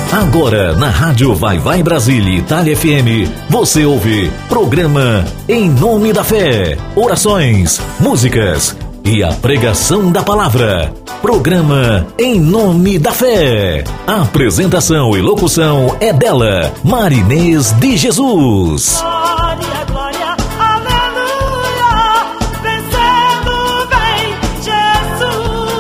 Agora, na Rádio Vai Vai Brasília Itália FM, você ouve programa Em Nome da Fé, orações, músicas e a pregação da palavra. Programa Em Nome da Fé. A apresentação e locução é dela, Marinês de Jesus. Glória, glória, aleluia, vencendo vem Jesus.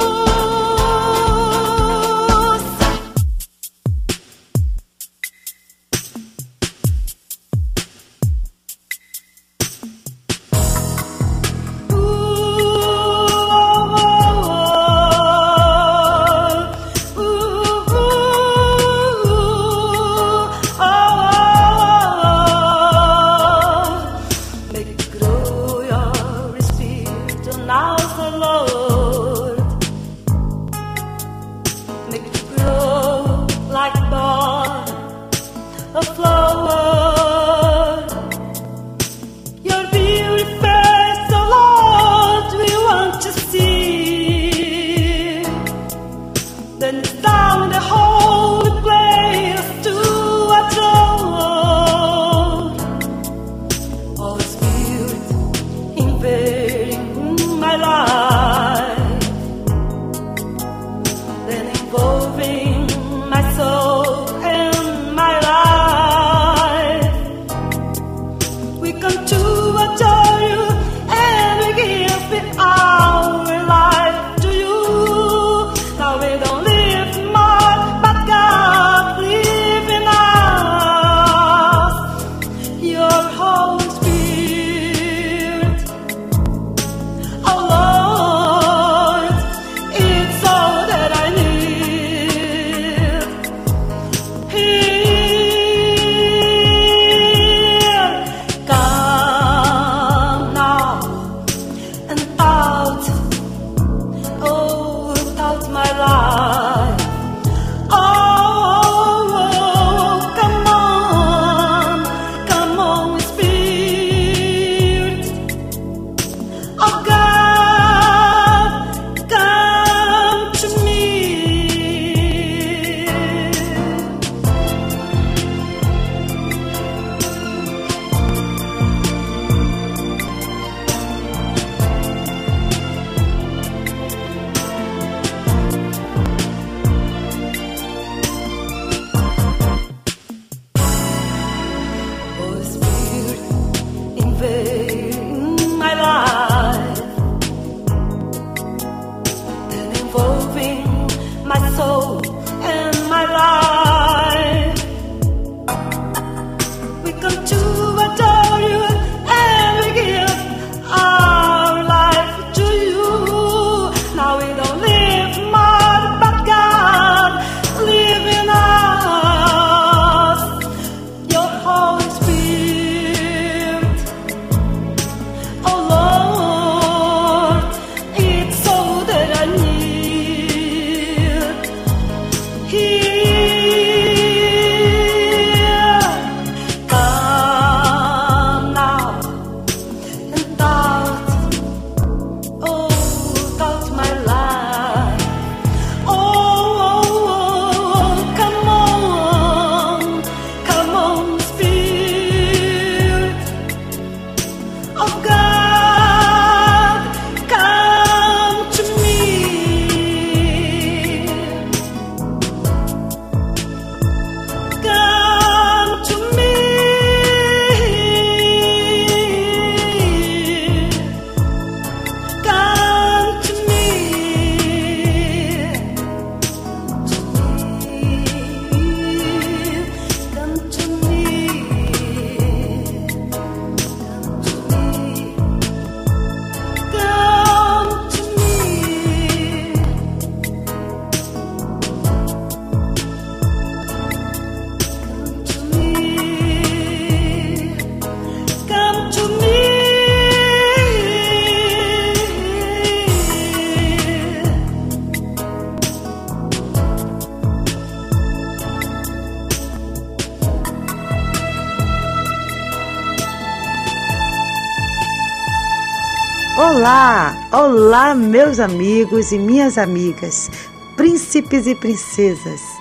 Olá, olá meus amigos e minhas amigas, príncipes e princesas.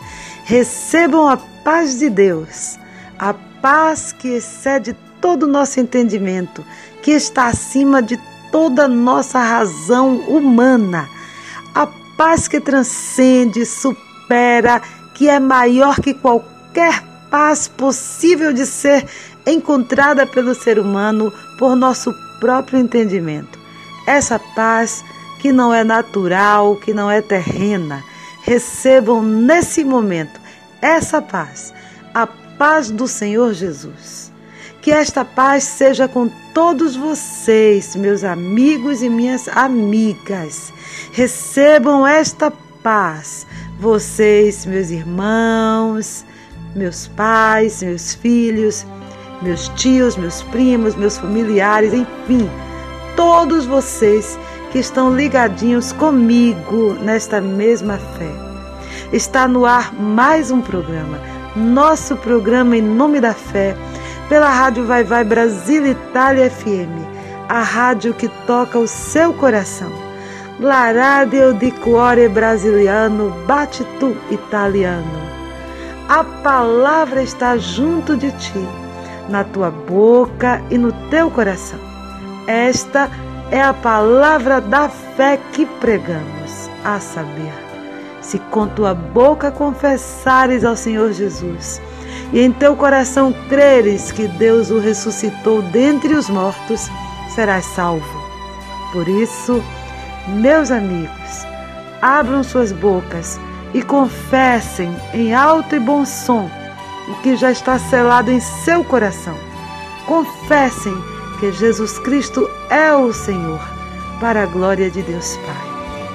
Recebam a paz de Deus, a paz que excede todo o nosso entendimento, que está acima de toda a nossa razão humana. A paz que transcende, supera, que é maior que qualquer paz possível de ser encontrada pelo ser humano por nosso próprio entendimento. Essa paz que não é natural, que não é terrena. Recebam nesse momento essa paz, a paz do Senhor Jesus. Que esta paz seja com todos vocês, meus amigos e minhas amigas. Recebam esta paz, vocês, meus irmãos, meus pais, meus filhos, meus tios, meus primos, meus familiares, enfim, todos vocês que estão ligadinhos comigo nesta mesma fé. Está no ar mais um programa, nosso programa Em Nome da Fé, pela Rádio Vai Vai Brasil Itália FM, a rádio que toca o seu coração. La radio di cuore brasiliano, bate tu italiano. A palavra está junto de ti, na tua boca e no teu coração. Esta é a palavra da fé que pregamos, a saber, se com tua boca confessares ao Senhor Jesus e em teu coração creres que Deus o ressuscitou dentre os mortos, serás salvo. Por isso, meus amigos, abram suas bocas e confessem em alto e bom som o que já está selado em seu coração. Confessem que Jesus Cristo é o Senhor, para a glória de Deus Pai.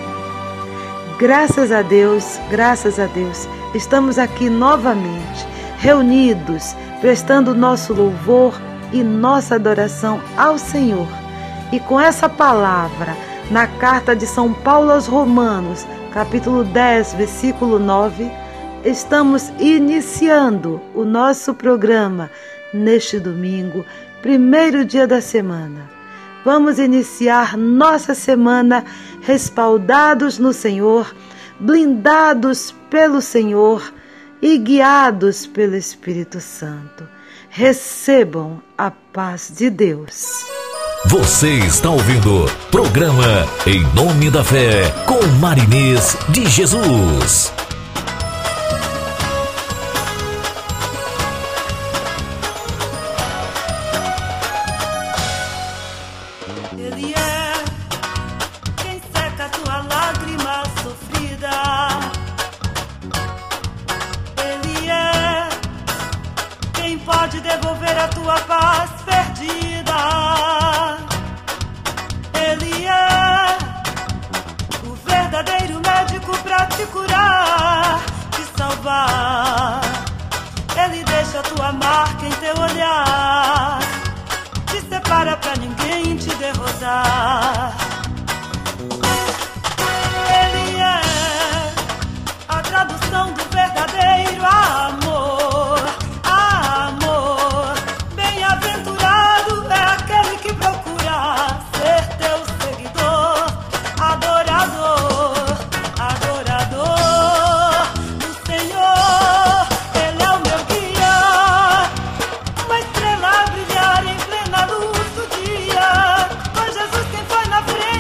Graças a Deus, estamos aqui novamente, reunidos, prestando nosso louvor e nossa adoração ao Senhor. E com essa palavra, na carta de São Paulo aos Romanos, capítulo 10, versículo 9, estamos iniciando o nosso programa neste domingo, primeiro dia da semana. Vamos iniciar nossa semana respaldados no Senhor, blindados pelo Senhor e guiados pelo Espírito Santo. Recebam a paz de Deus. Você está ouvindo programa Em Nome da Fé, com Marinês de Jesus. Ele é quem seca a tua lágrima sofrida. Ele é quem pode devolver a tua paz perdida. Ele é o verdadeiro médico pra te curar, te salvar. Ele deixa a tua marca em teu olhar, te separa pra ninguém te derrotar. Ele é a tradução do verdadeiro amor. Amor, bem-aventurado é aquele que procura ser teu seguidor, adorador, adorador do Senhor. Ele é o meu guia, uma estrela a brilhar em plena luz do dia. Foi Jesus quem foi na frente.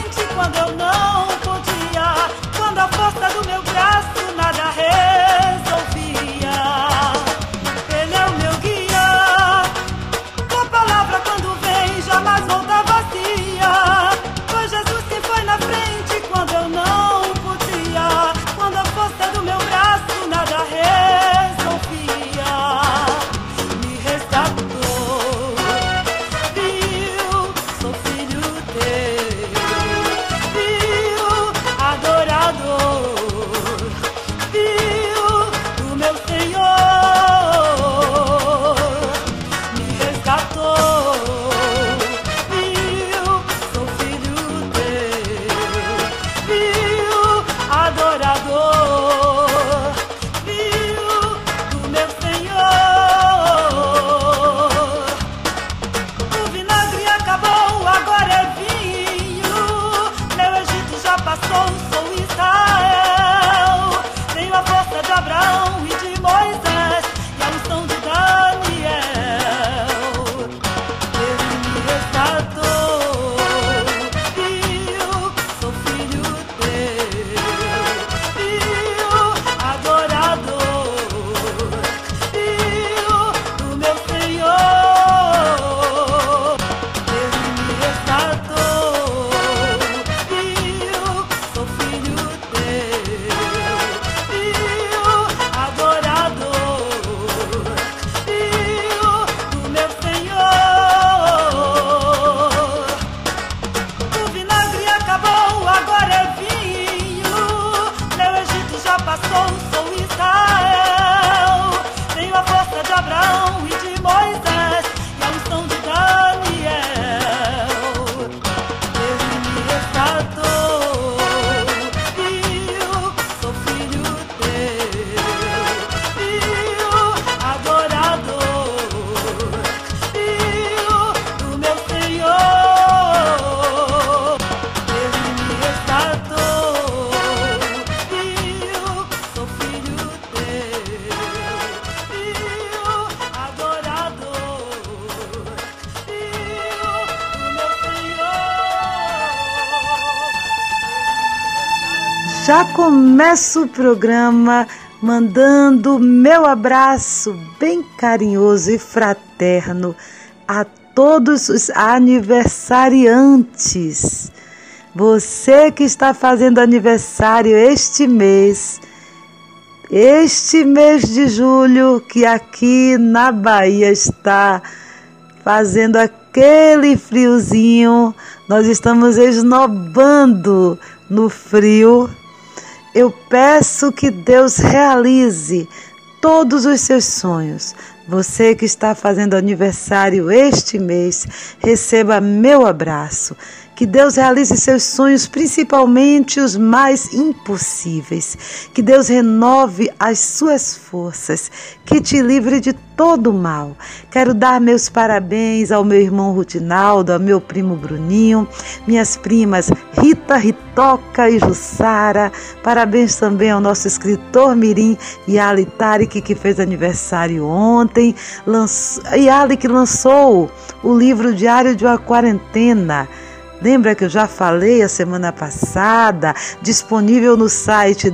Já começo o programa mandando meu abraço bem carinhoso e fraterno a todos os aniversariantes. Você que está fazendo aniversário este mês de julho, que aqui na Bahia está fazendo aquele friozinho, nós estamos esnobando no frio. Eu peço que Deus realize todos os seus sonhos. Você que está fazendo aniversário este mês, receba meu abraço. Que Deus realize seus sonhos, principalmente os mais impossíveis. Que Deus renove as suas forças, que te livre de todo mal. Quero dar meus parabéns ao meu irmão Rutinaldo, ao meu primo Bruninho, minhas primas Rita, Ritoca e Jussara. Parabéns também ao nosso escritor mirim Yali Tarik, que fez aniversário ontem. Yali que lançou o livro Diário de uma Quarentena. Lembra que eu já falei a semana passada, disponível no site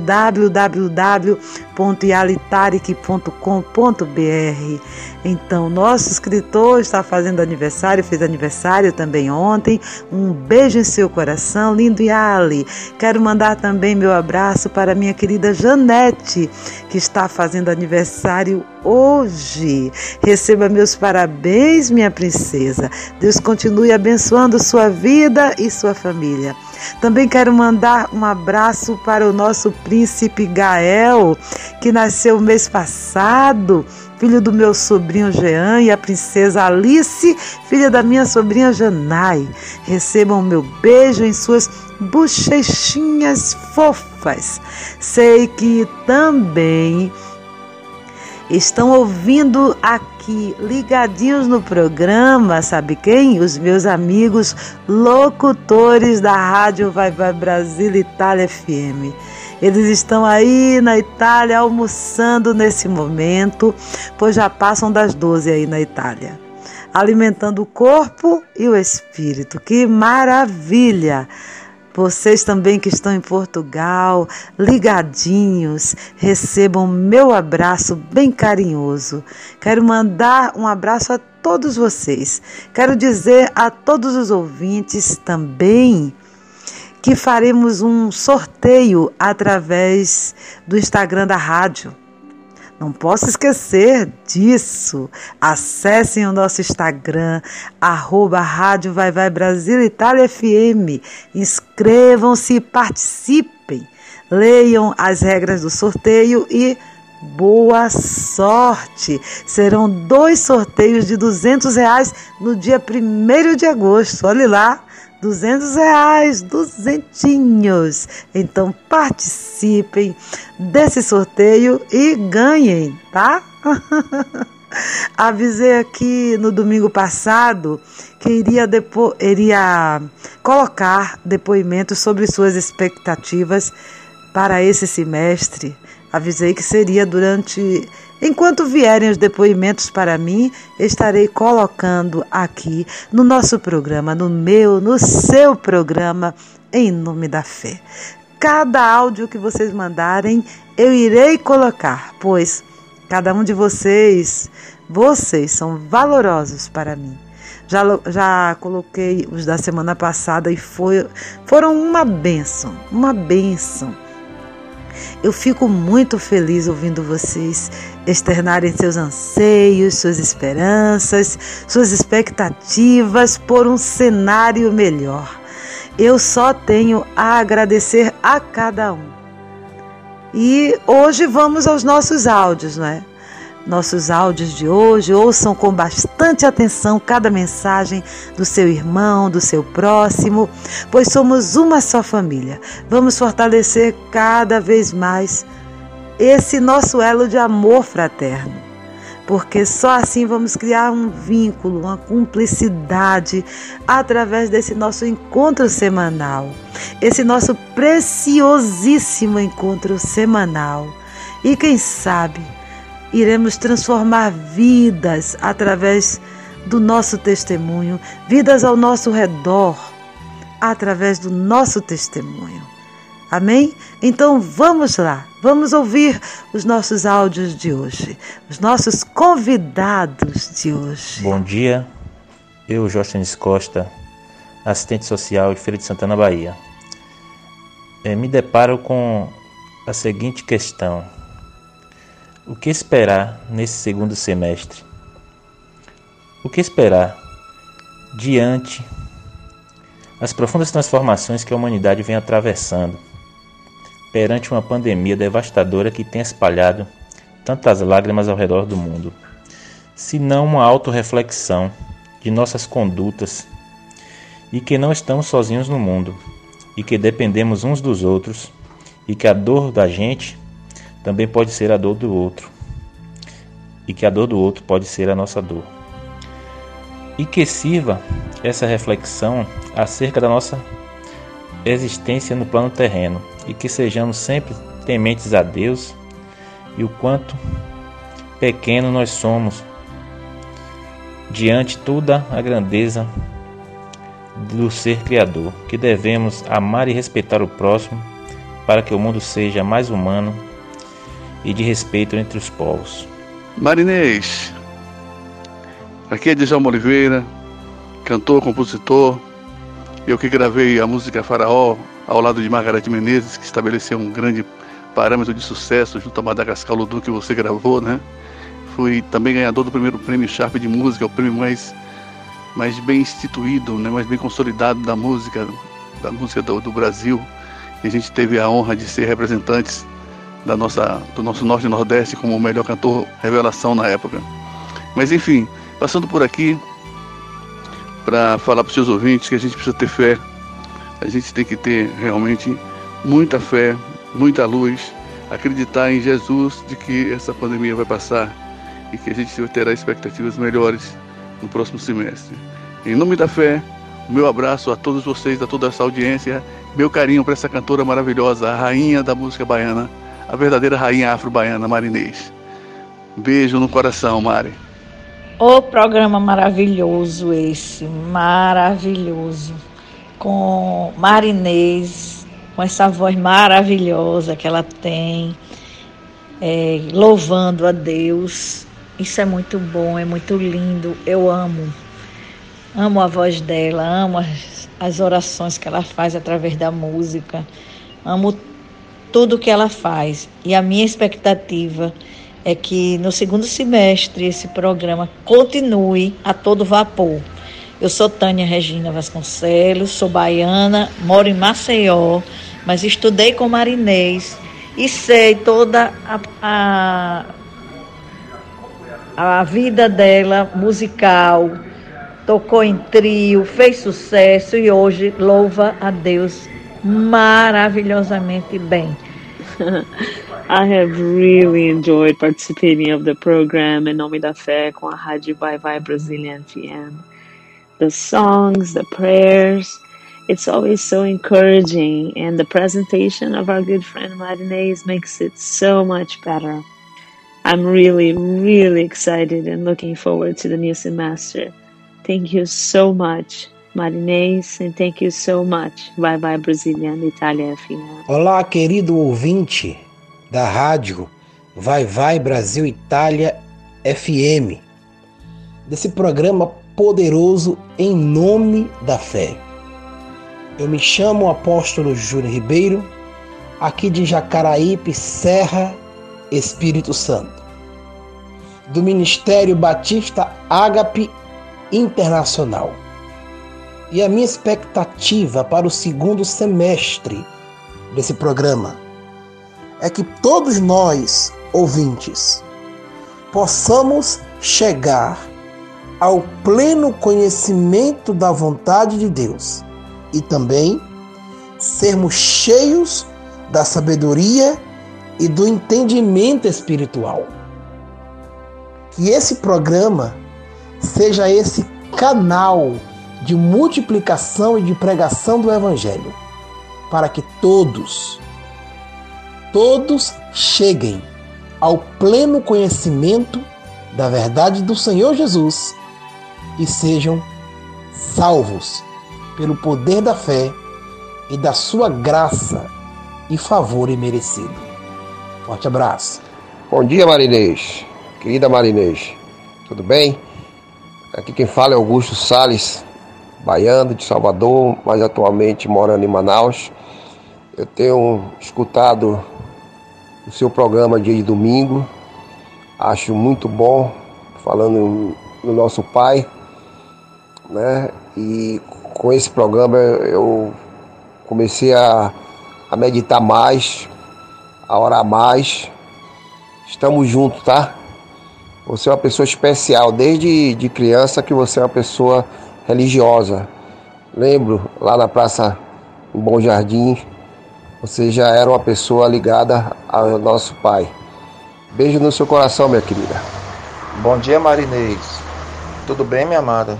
www.yalitarik.com.br. Então, nosso escritor está fazendo aniversário, fez aniversário também ontem. Um beijo em seu coração, lindo Yali. Quero mandar também meu abraço para minha querida Janete, que está fazendo aniversário hoje. Receba meus parabéns, minha princesa. Deus continue abençoando sua vida e sua família. Também quero mandar um abraço para o nosso príncipe Gael, que nasceu mês passado, filho do meu sobrinho Jean, e a princesa Alice, filha da minha sobrinha Janai. Recebam o meu beijo em suas bochechinhas fofas. Sei que também estão ouvindo aqui, ligadinhos no programa, sabe quem? Os meus amigos locutores da Rádio Vai Vai Brasil Itália FM. Eles estão aí na Itália almoçando nesse momento, pois já passam das 12 aí na Itália, alimentando o corpo e o espírito. Que maravilha! Vocês também que estão em Portugal, ligadinhos, recebam meu abraço bem carinhoso. Quero mandar um abraço a todos vocês. Quero dizer a todos os ouvintes também que faremos um sorteio através do Instagram da rádio. Não posso esquecer disso. Acessem o nosso Instagram, @Rádio Vai Vai Brasil Itália FM. Inscrevam-se e participem. Leiam as regras do sorteio e boa sorte. Serão 2 sorteios de R$200 no dia 1º de agosto. Olhe lá. R$200, duzentinhos. Então participem desse sorteio e ganhem, tá? Avisei aqui no domingo passado que iria colocar depoimentos sobre suas expectativas para esse semestre. Avisei que seria enquanto vierem os depoimentos para mim, estarei colocando aqui no nosso programa, no seu programa, Em Nome da Fé. Cada áudio que vocês mandarem, eu irei colocar, pois cada um de vocês são valorosos para mim. Já coloquei os da semana passada e foram uma bênção. Eu fico muito feliz ouvindo vocês externarem seus anseios, suas esperanças, suas expectativas por um cenário melhor. Eu só tenho a agradecer a cada um. E hoje vamos aos nossos áudios, não é? Nossos áudios de hoje, ouçam com bastante atenção cada mensagem do seu irmão, do seu próximo, pois somos uma só família. Vamos fortalecer cada vez mais esse nosso elo de amor fraterno, porque só assim vamos criar um vínculo, uma cumplicidade através desse nosso encontro semanal, esse nosso preciosíssimo encontro semanal. E quem sabe iremos transformar vidas através do nosso testemunho, vidas ao nosso redor, através do nosso testemunho. Amém? Então vamos lá, vamos ouvir os nossos áudios de hoje, os nossos convidados de hoje. Bom dia, eu, Jóstenes Costa, assistente social de Feira de Santana, Bahia. Me deparo com a seguinte questão: o que esperar nesse segundo semestre? O que esperar diante das profundas transformações que a humanidade vem atravessando, perante uma pandemia devastadora que tem espalhado tantas lágrimas ao redor do mundo, se não uma autorreflexão de nossas condutas e que não estamos sozinhos no mundo e que dependemos uns dos outros e que a dor da gente também pode ser a dor do outro e que a dor do outro pode ser a nossa dor. E que sirva essa reflexão acerca da nossa existência no plano terreno e que sejamos sempre tementes a Deus e o quanto pequeno nós somos diante toda a grandeza do ser criador, que devemos amar e respeitar o próximo para que o mundo seja mais humano e de respeito entre os povos. Marinês, aqui é Djalma Oliveira, cantor, compositor. Eu que gravei a música Faraó ao lado de Margareth Menezes, que estabeleceu um grande parâmetro de sucesso junto a Madagascar Ludu, que você gravou, né? Fui também ganhador do primeiro prêmio Sharp de música, o prêmio mais bem instituído, né? Mais bem consolidado da música do Brasil. E a gente teve a honra de ser representantes do nosso Norte e Nordeste como o melhor cantor revelação na época. Mas enfim, passando por aqui para falar para os seus ouvintes que a gente precisa ter fé. A gente tem que ter realmente muita fé, muita luz, acreditar em Jesus de que essa pandemia vai passar e que a gente terá expectativas melhores no próximo semestre. Em nome da fé, o meu abraço a todos vocês, a toda essa audiência, meu carinho para essa cantora maravilhosa, a rainha da música baiana, a verdadeira rainha afro-baiana, Marinês. Beijo no coração, Mari. O programa maravilhoso esse, maravilhoso, com Marinês, com essa voz maravilhosa que ela tem, louvando a Deus. Isso é muito bom, é muito lindo, eu amo a voz dela, amo as orações que ela faz através da música, amo tudo que ela faz. E a minha expectativa é que no segundo semestre esse programa continue a todo vapor. Eu sou Tânia Regina Vasconcelos, sou baiana, moro em Maceió, mas estudei com Marinês e sei toda a vida dela musical. Tocou em trio, fez sucesso e hoje louva a Deus maravilhosamente bem. I have really enjoyed participating of the program Em Nome da Fé com a Rádio Vai Vai Brasília FM. The songs, the prayers, it's always so encouraging, and the presentation of our good friend Marinês makes it so much better. I'm really, really excited and looking forward to the new semester. Thank you so much, Marinês, and thank you so much, Vai Vai Brasília Itália FM. Olá, querido ouvinte da rádio Vai Vai Brasil Itália FM, desse programa poderoso Em Nome da Fé. Eu me chamo Apóstolo Júnior Ribeiro, aqui de Jacaraípe, Serra, Espírito Santo, do Ministério Batista Ágape Internacional. E a minha expectativa para o segundo semestre desse programa é que todos nós, ouvintes, possamos chegar ao pleno conhecimento da vontade de Deus e também sermos cheios da sabedoria e do entendimento espiritual. Que esse programa seja esse canal de multiplicação e de pregação do Evangelho, para que todos cheguem ao pleno conhecimento da verdade do Senhor Jesus e sejam salvos pelo poder da fé e da sua graça e favor imerecido. Forte abraço. Bom dia, Marinês. Querida Marinês, tudo bem? Aqui quem fala é Augusto Salles, baiano de Salvador, mas atualmente morando em Manaus. Eu tenho escutado o seu programa dia de domingo, acho muito bom, falando no nosso Pai, né? E com esse programa eu comecei a meditar mais, a orar mais. Estamos juntos, tá? Você é uma pessoa especial, desde de criança que você é uma pessoa religiosa. Lembro, lá na Praça em Bom Jardim, você já era uma pessoa ligada ao nosso Pai. Beijo no seu coração, minha querida. Bom dia, Marinês. Tudo bem, minha amada?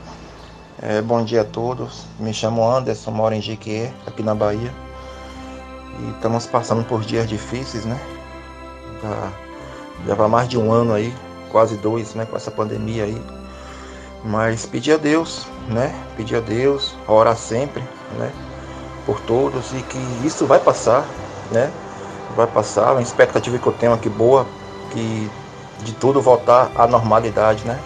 Bom dia a todos. Me chamo Anderson, moro em Jequié, aqui na Bahia. E estamos passando por dias difíceis, né? Já vai mais de um ano aí, quase 2, né? Com essa pandemia aí. Mas pedir a Deus, né? Pedir a Deus, orar sempre, né? Por todos, e que isso vai passar, né? Vai passar. A expectativa que eu tenho aqui boa, que de tudo voltar à normalidade, né?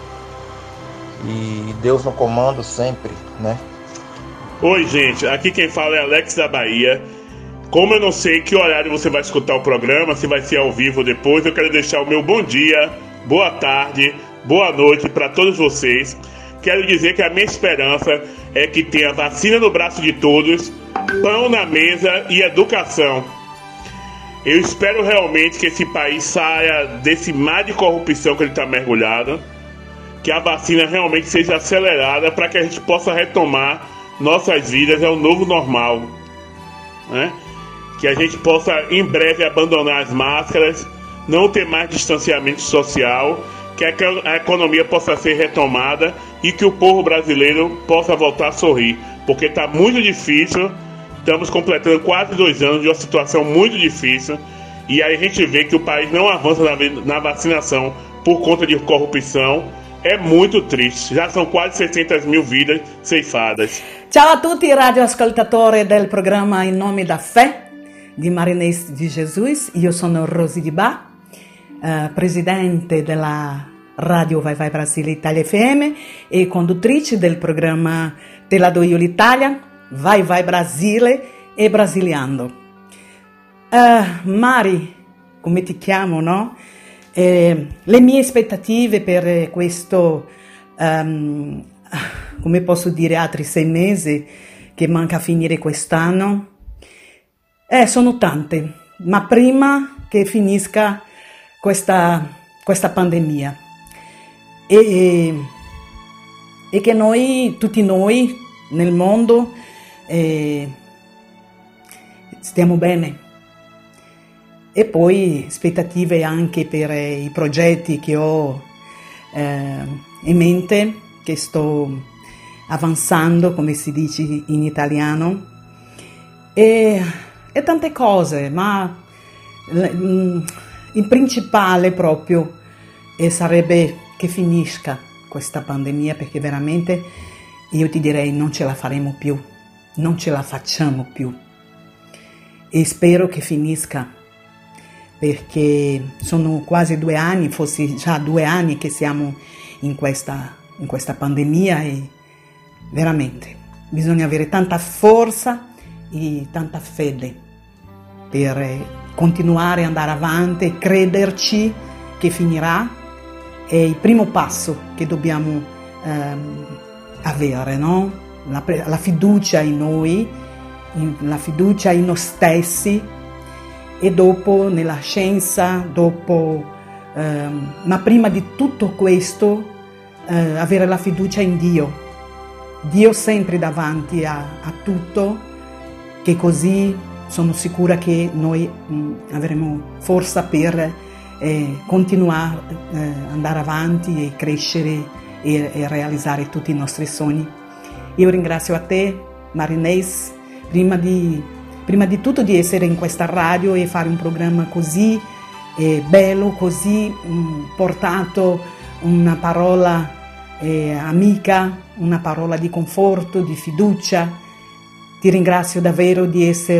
E Deus no comando sempre, né? Oi, gente, aqui quem fala é Alex da Bahia. Como eu não sei que horário você vai escutar o programa, se vai ser ao vivo ou depois, eu quero deixar o meu bom dia, boa tarde, boa noite para todos vocês. Quero dizer que a minha esperança é que tenha vacina no braço de todos, pão na mesa e educação. Eu espero realmente que esse país saia desse mar de corrupção que ele está mergulhado, que a vacina realmente seja acelerada para que a gente possa retomar nossas vidas ao novo normal, né? Que a gente possa em breve abandonar as máscaras, não ter mais distanciamento social, que a economia possa ser retomada e que o povo brasileiro possa voltar a sorrir, porque está muito difícil. Estamos completando quase 2 anos de uma situação muito difícil, e aí a gente vê que o país não avança na vacinação por conta de corrupção. É muito triste, já são quase 600 mil vidas ceifadas. Ciao a tutti radioascoltatori del programma In Nome da Fé di Marinês de Jesus. Io sono Rosy Di Bá, presidente della Radio Vai Vai Brasile Italia FM e conduttrice del programma Te la do io l'Italia, Vai Vai Brasile e Brasiliando. Mari, come ti chiamo, no? Le mie aspettative per questo, come posso dire, altri 6 mesi che manca a finire quest'anno, sono tante, ma prima che finisca questa pandemia e che noi, tutti noi nel mondo, stiamo bene. E poi aspettative anche per i progetti che ho in mente, che sto avanzando, come si dice in italiano, e tante cose, ma il principale proprio sarebbe che finisca questa pandemia, perché veramente io ti direi non ce la faremo più, non ce la facciamo più, e spero che finisca, perché sono quasi 2 anni, forse già 2 anni che siamo in questa pandemia, e veramente bisogna avere tanta forza e tanta fede per continuare ad andare avanti e crederci che finirà. È il primo passo che dobbiamo avere, no? La fiducia in noi, la fiducia in noi stessi, e dopo nella scienza, ma prima di tutto questo avere la fiducia in Dio sempre davanti a tutto, che così sono sicura che noi avremo forza per continuare ad andare avanti e crescere e realizzare tutti i nostri sogni. Io ringrazio a te, Marinês, prima di tutto di essere in questa radio e fare un programma così bello, così portato una parola amica, una parola di conforto, di fiducia. Ti ringrazio davvero di essere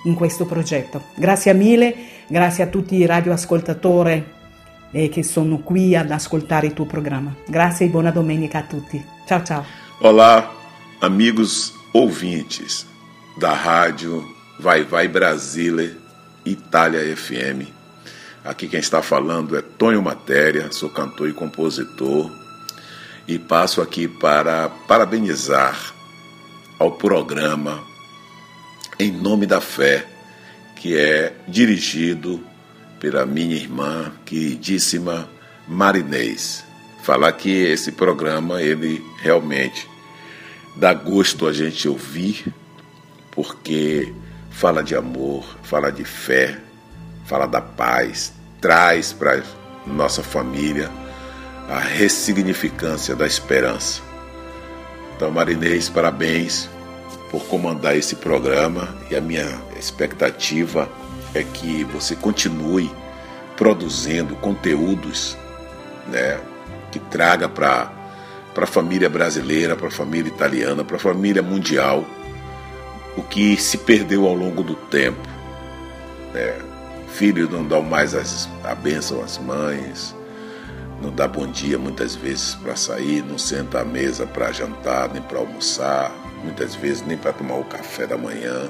in questo progetto. Grazie mille, grazie a tutti i radioascoltatori che sono qui ad ascoltare il tuo programma. Grazie e buona domenica a tutti. Ciao, ciao. Olá, amigos ouvintes da rádio Vai Vai Brasília, Itália FM. Aqui quem está falando é Tonho Matéria, sou cantor e compositor e passo aqui para parabenizar ao programa Em Nome da Fé, que é dirigido pela minha irmã queridíssima Marinês. Falar que esse programa, ele realmente dá gosto a gente ouvir, porque fala de amor, fala de fé, fala da paz, traz para nossa família a ressignificância da esperança. Então, Marinês, parabéns por comandar esse programa, e a minha expectativa é que você continue produzindo conteúdos, né, que traga para a família brasileira, para a família italiana, para a família mundial, o que se perdeu ao longo do tempo, né? Filhos não dão mais a bênção às mães, não dá bom dia muitas vezes para sair, não senta à mesa para jantar, nem para almoçar, muitas vezes nem para tomar o café da manhã.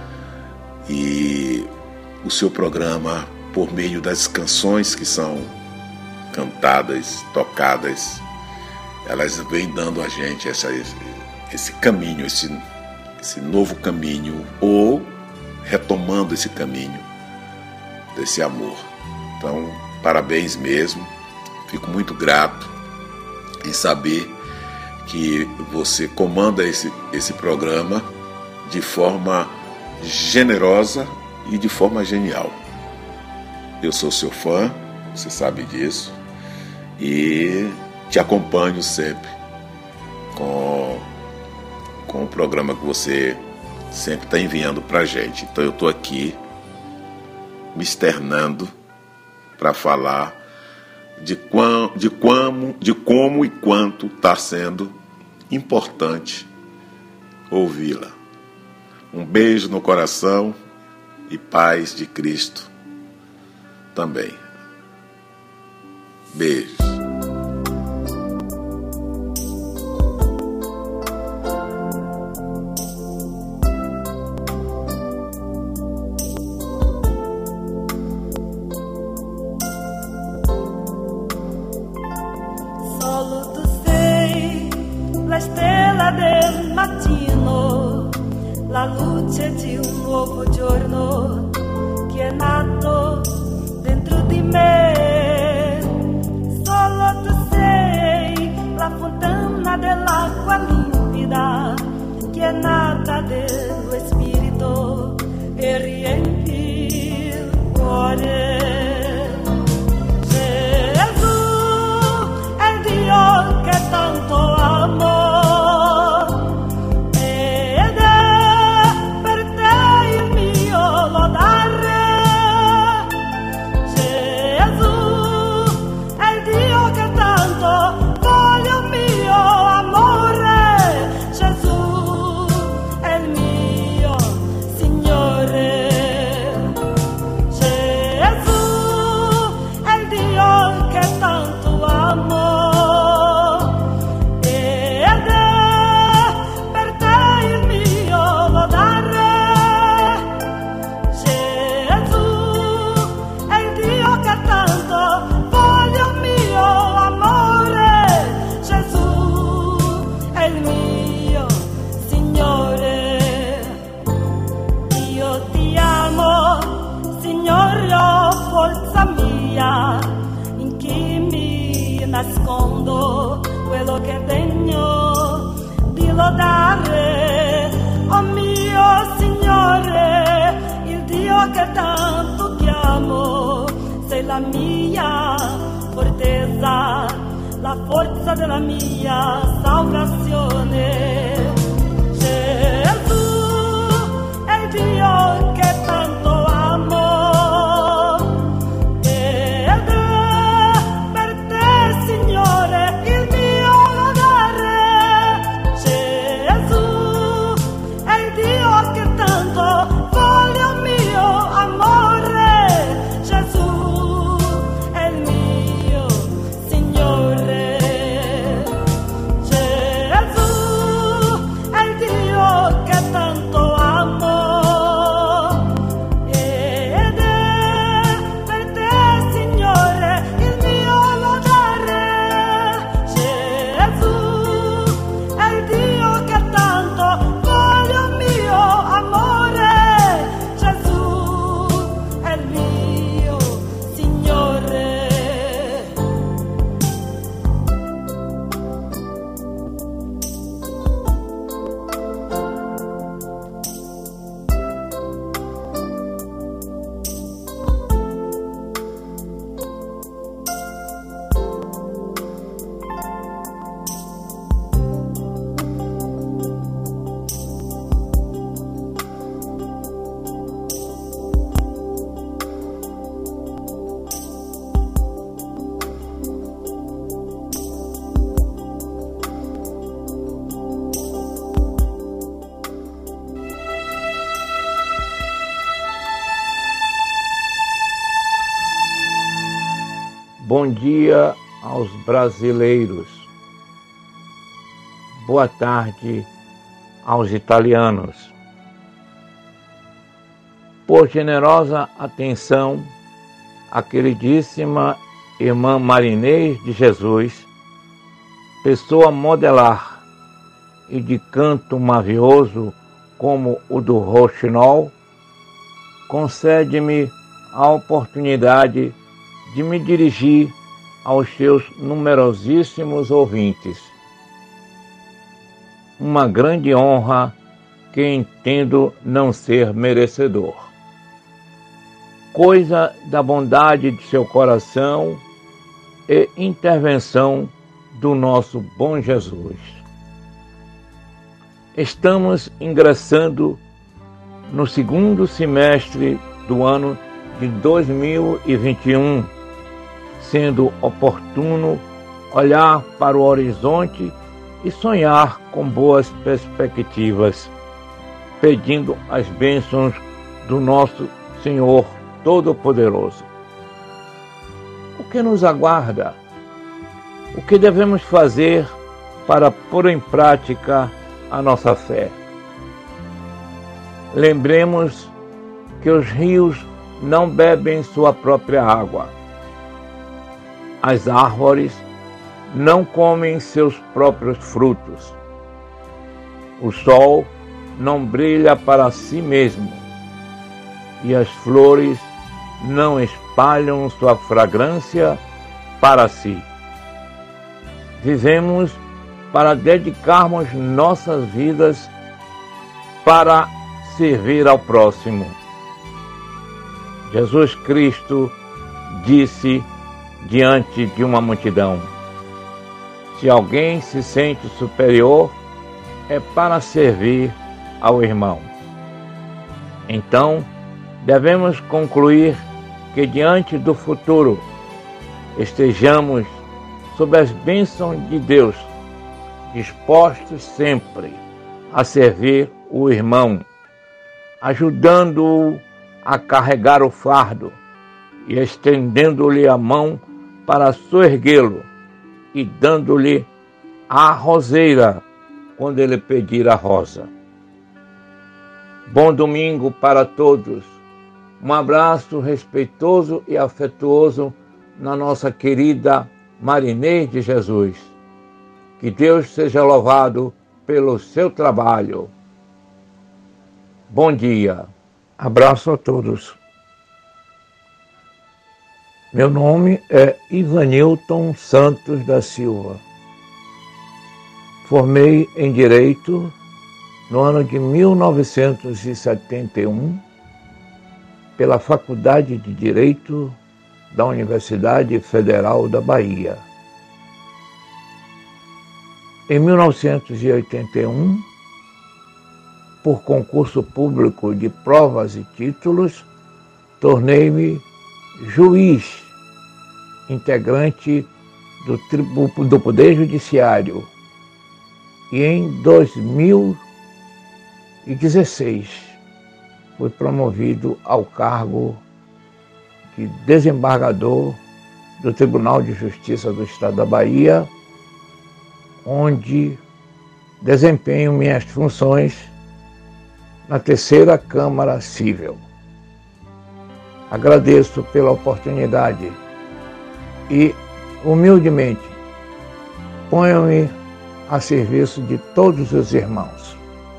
E o seu programa, por meio das canções que são cantadas, tocadas, elas vêm dando a gente esse caminho, esse novo caminho, ou retomando esse caminho desse amor. Então, parabéns mesmo. Fico muito grato em saber que você comanda esse programa de forma generosa e de forma genial. Eu sou seu fã, você sabe disso, e te acompanho sempre com o programa que você sempre está enviando para a gente. Então eu estou aqui me externando para falar de como e quanto está sendo importante ouvi-la. Um beijo no coração e paz de Cristo também. Beijo. La luce di un nuovo giorno che è nato dentro di me. Solo tu sei la fontana dell'acqua limpida che è nata dello spirito e riempi il cuore. Gesù è il Dio che tanto amo. In chi mi nascondo quello che è degno di lodare. Oh mio Signore, il Dio che tanto chiamo, sei la mia fortezza, la forza della mia salvazione. Gesù è il Dio che tanto amo. Voglio Bom dia aos brasileiros. Boa tarde aos italianos. Por generosa atenção, a queridíssima irmã Marinês de Jesus, pessoa modelar e de canto mavioso como o do Rouxinol, concede-me a oportunidade de me dirigir aos seus numerosíssimos ouvintes. Uma grande honra que entendo não ser merecedor. Coisa da bondade de seu coração e intervenção do nosso bom Jesus. Estamos ingressando no segundo semestre do ano de 2021, sendo oportuno olhar para o horizonte e sonhar com boas perspectivas, pedindo as bênçãos do nosso Senhor Todo-Poderoso. O que nos aguarda? O que devemos fazer para pôr em prática a nossa fé? Lembremos que os rios não bebem sua própria água. As árvores não comem seus próprios frutos. O sol não brilha para si mesmo. E as flores não espalham sua fragrância para si. Vivemos para dedicarmos nossas vidas para servir ao próximo. Jesus Cristo disse diante de uma multidão: se alguém se sente superior, é para servir ao irmão. Então, devemos concluir que diante do futuro estejamos sob as bênçãos de Deus, dispostos sempre a servir o irmão, ajudando-o a carregar o fardo e estendendo-lhe a mão para soerguê-lo e dando-lhe a roseira quando ele pedir a rosa. Bom domingo para todos. Um abraço respeitoso e afetuoso na nossa querida Marinês de Jesus. Que Deus seja louvado pelo seu trabalho. Bom dia. Abraço a todos. Meu nome é Ivanilton Santos da Silva. Formei em Direito no ano de 1971 pela Faculdade de Direito da Universidade Federal da Bahia. Em 1981, por concurso público de provas e títulos, tornei-me juiz, integrante do Poder Judiciário. E em 2016, fui promovido ao cargo de desembargador do Tribunal de Justiça do Estado da Bahia, onde desempenho minhas funções na Terceira Câmara Cível. Agradeço pela oportunidade e, humildemente, ponho-me a serviço de todos os irmãos.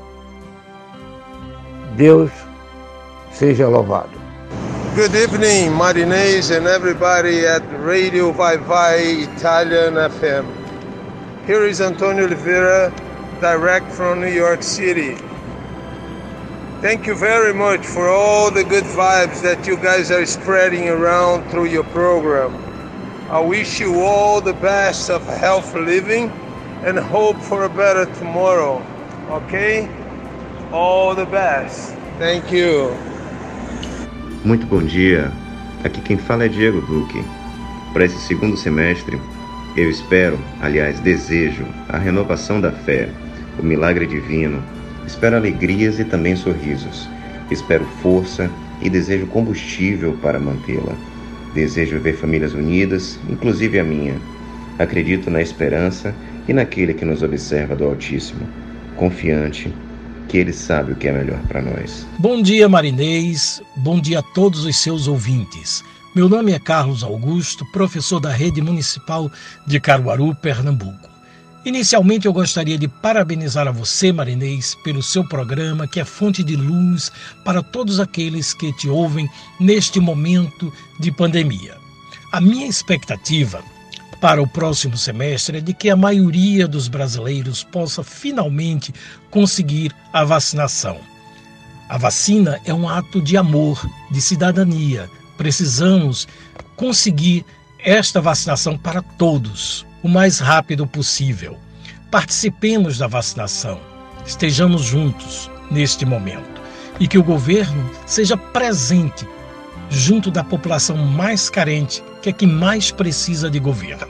Deus seja louvado. Good evening, Marinês and everybody at Radio Vai Vai Italian FM. Here is Antonio Oliveira, direct from New York City. Thank you very much for all the good vibes that you guys are spreading around through your program. I wish you all the best of healthy living and hope for a better tomorrow. Okay? All the best. Thank you. Muito bom dia. Aqui quem fala é Diego Duque. Para esse segundo semestre, eu espero, aliás, desejo a renovação da fé, o milagre divino. Espero alegrias e também sorrisos. Espero força e desejo combustível para mantê-la. Desejo ver famílias unidas, inclusive a minha. Acredito na esperança e naquele que nos observa do Altíssimo, confiante que Ele sabe o que é melhor para nós. Bom dia, Marinês. Bom dia a todos os seus ouvintes. Meu nome é Carlos Augusto, professor da Rede Municipal de Caruaru, Pernambuco. Inicialmente, eu gostaria de parabenizar a você, Marinês, pelo seu programa, que é fonte de luz para todos aqueles que te ouvem neste momento de pandemia. A minha expectativa para o próximo semestre é de que a maioria dos brasileiros possa finalmente conseguir a vacinação. A vacina é um ato de amor, de cidadania. Precisamos conseguir esta vacinação para todos, o mais rápido possível. Participemos da vacinação, estejamos juntos neste momento e que o governo seja presente junto da população mais carente, que é que mais precisa de governo.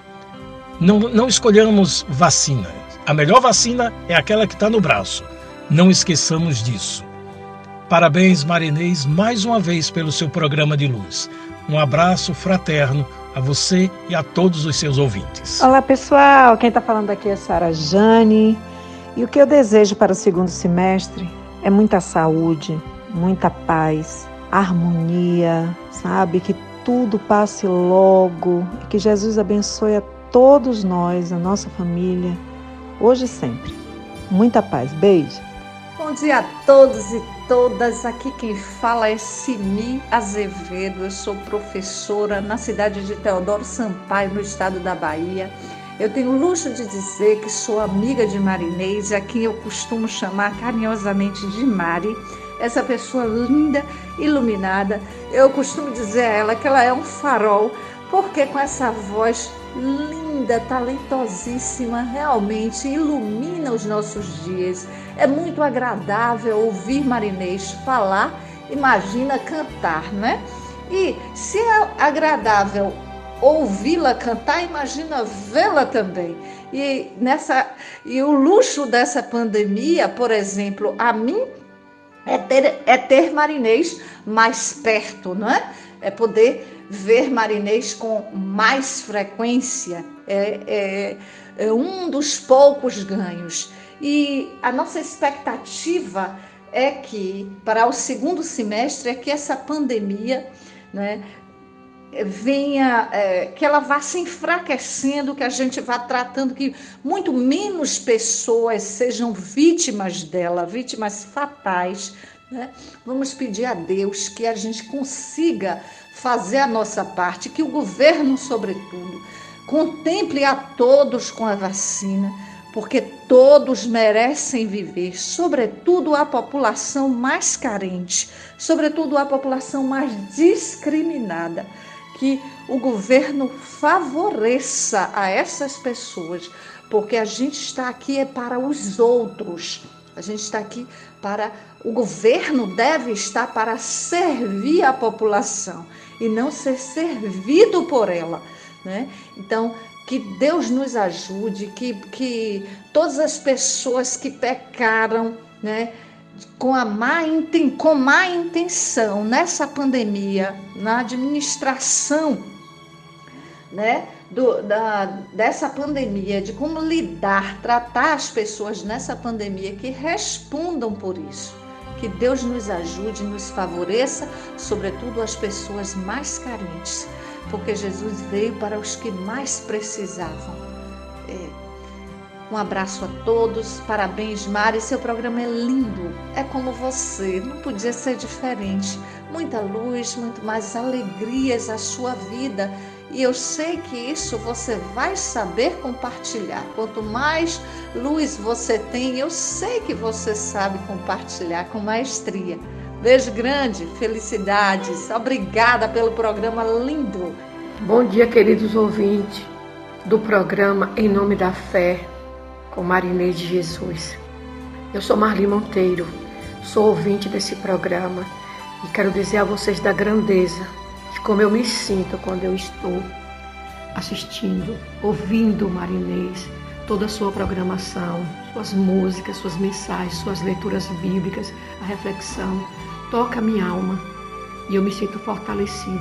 Não escolhamos vacina. A melhor vacina é aquela que está no braço. Não esqueçamos disso. Parabéns, Marinês, mais uma vez pelo seu programa de luz. Um abraço fraterno a você e a todos os seus ouvintes. Olá, pessoal. Quem está falando aqui é Sara Jane. E o que eu desejo para o segundo semestre é muita saúde, muita paz, harmonia, sabe? Que tudo passe logo e que Jesus abençoe a todos nós, a nossa família, hoje e sempre. Muita paz. Beijo. Bom dia a todos e todas. Aqui quem fala é Simi Azevedo. Eu sou professora na cidade de Teodoro Sampaio, no estado da Bahia. Eu tenho o luxo de dizer que sou amiga de Marinês, a quem eu costumo chamar carinhosamente de Mari. Essa pessoa linda, iluminada. Eu costumo dizer a ela que ela é um farol, porque com essa voz linda, talentosíssima, realmente ilumina os nossos dias. É muito agradável ouvir Marinês falar, imagina cantar, não é? E se é agradável ouvi-la cantar, imagina vê-la também. E o luxo dessa pandemia, por exemplo, a mim, é ter Marinês mais perto, não é? É poder ver Marinês com mais frequência. É um dos poucos ganhos. E a nossa expectativa é que, para o segundo semestre, é que essa pandemia, né, venha, que ela vá se enfraquecendo, que a gente vá tratando que muito menos pessoas sejam vítimas dela, vítimas fatais, né? Vamos pedir a Deus que a gente consiga fazer a nossa parte, que o governo, sobretudo, contemple a todos com a vacina, porque todos merecem viver, sobretudo a população mais carente, sobretudo a população mais discriminada. Que o governo favoreça a essas pessoas, porque a gente está aqui para os outros, a gente está aqui para... O governo deve estar para servir a população e não ser servido por ela, né? Então, que Deus nos ajude, que todas as pessoas que pecaram, né, com má intenção nessa pandemia, na administração, né, dessa pandemia, de como tratar as pessoas nessa pandemia, que respondam por isso. Que Deus nos ajude e nos favoreça, sobretudo as pessoas mais carentes, porque Jesus veio para os que mais precisavam. Um abraço a todos, parabéns, Mari, seu programa é lindo, é como você, não podia ser diferente. Muita luz, muito mais alegrias à sua vida, e eu sei que isso você vai saber compartilhar. Quanto mais luz você tem, eu sei que você sabe compartilhar com maestria. Beijo grande, felicidades, obrigada pelo programa lindo. Bom dia, queridos ouvintes do programa Em Nome da Fé, com Marinês de Jesus. Eu sou Marli Monteiro, sou ouvinte desse programa e quero dizer a vocês da grandeza de como eu me sinto quando eu estou assistindo, ouvindo o Marinês, toda a sua programação, suas músicas, suas mensagens, suas leituras bíblicas, a reflexão, toca a minha alma e eu me sinto fortalecida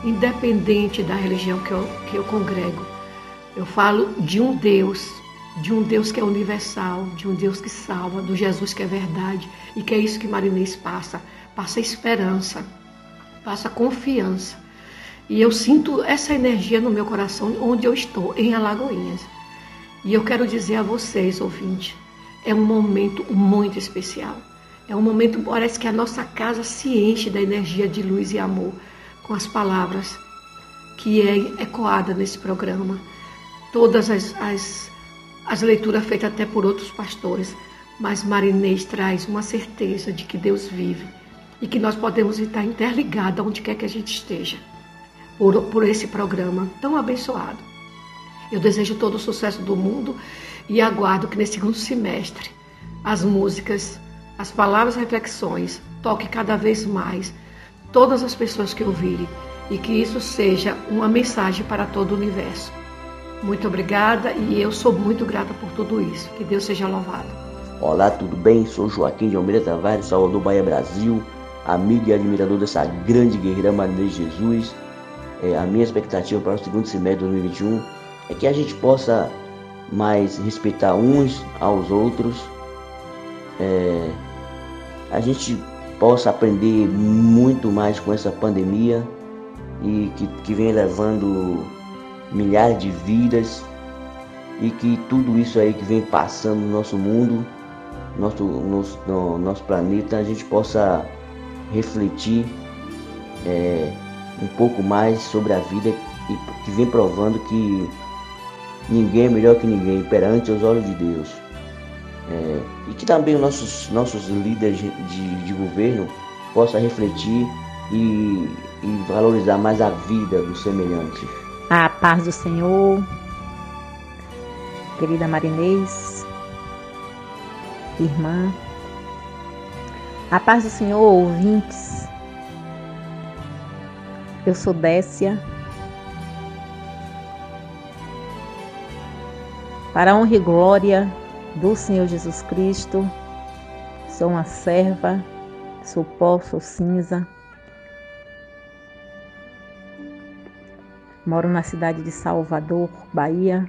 independente da religião que eu congrego. Eu falo de um Deus que é universal, de um Deus que salva, do Jesus que é verdade, e que é isso que Marinês passa esperança, passa confiança. E eu sinto essa energia no meu coração onde eu estou, em Alagoinhas. E eu quero dizer a vocês, ouvintes, é um momento muito especial. É um momento, parece que a nossa casa se enche da energia de luz e amor, com as palavras que é ecoada nesse programa. Todas as leituras feitas até por outros pastores, mas Marinês traz uma certeza de que Deus vive e que nós podemos estar interligados onde quer que a gente esteja, por esse programa tão abençoado. Eu desejo todo o sucesso do mundo e aguardo que nesse segundo semestre as músicas, as palavras e reflexões toquem cada vez mais todas as pessoas que ouvirem e que isso seja uma mensagem para todo o universo. Muito obrigada e eu sou muito grata por tudo isso. Que Deus seja louvado. Olá, tudo bem? Sou Joaquim de Almeida Tavares, Salvador, Bahia, Brasil, amigo e admirador dessa grande guerreira Marinês de Jesus. A minha expectativa para o segundo semestre de 2021 é que a gente possa mais respeitar uns aos outros, a gente possa aprender muito mais com essa pandemia e que vem levando milhares de vidas, e que tudo isso aí que vem passando no nosso mundo, no nosso planeta, a gente possa refletir um pouco mais sobre a vida, e que vem provando que ninguém é melhor que ninguém perante os olhos de Deus. E que também os nossos líderes de governo possam refletir e valorizar mais a vida do semelhante. A paz do Senhor, querida Marinês, irmã. A paz do Senhor, ouvintes. Eu sou Décia. Para a honra e glória do Senhor Jesus Cristo, sou uma serva, sou pó, sou cinza. Moro na cidade de Salvador, Bahia,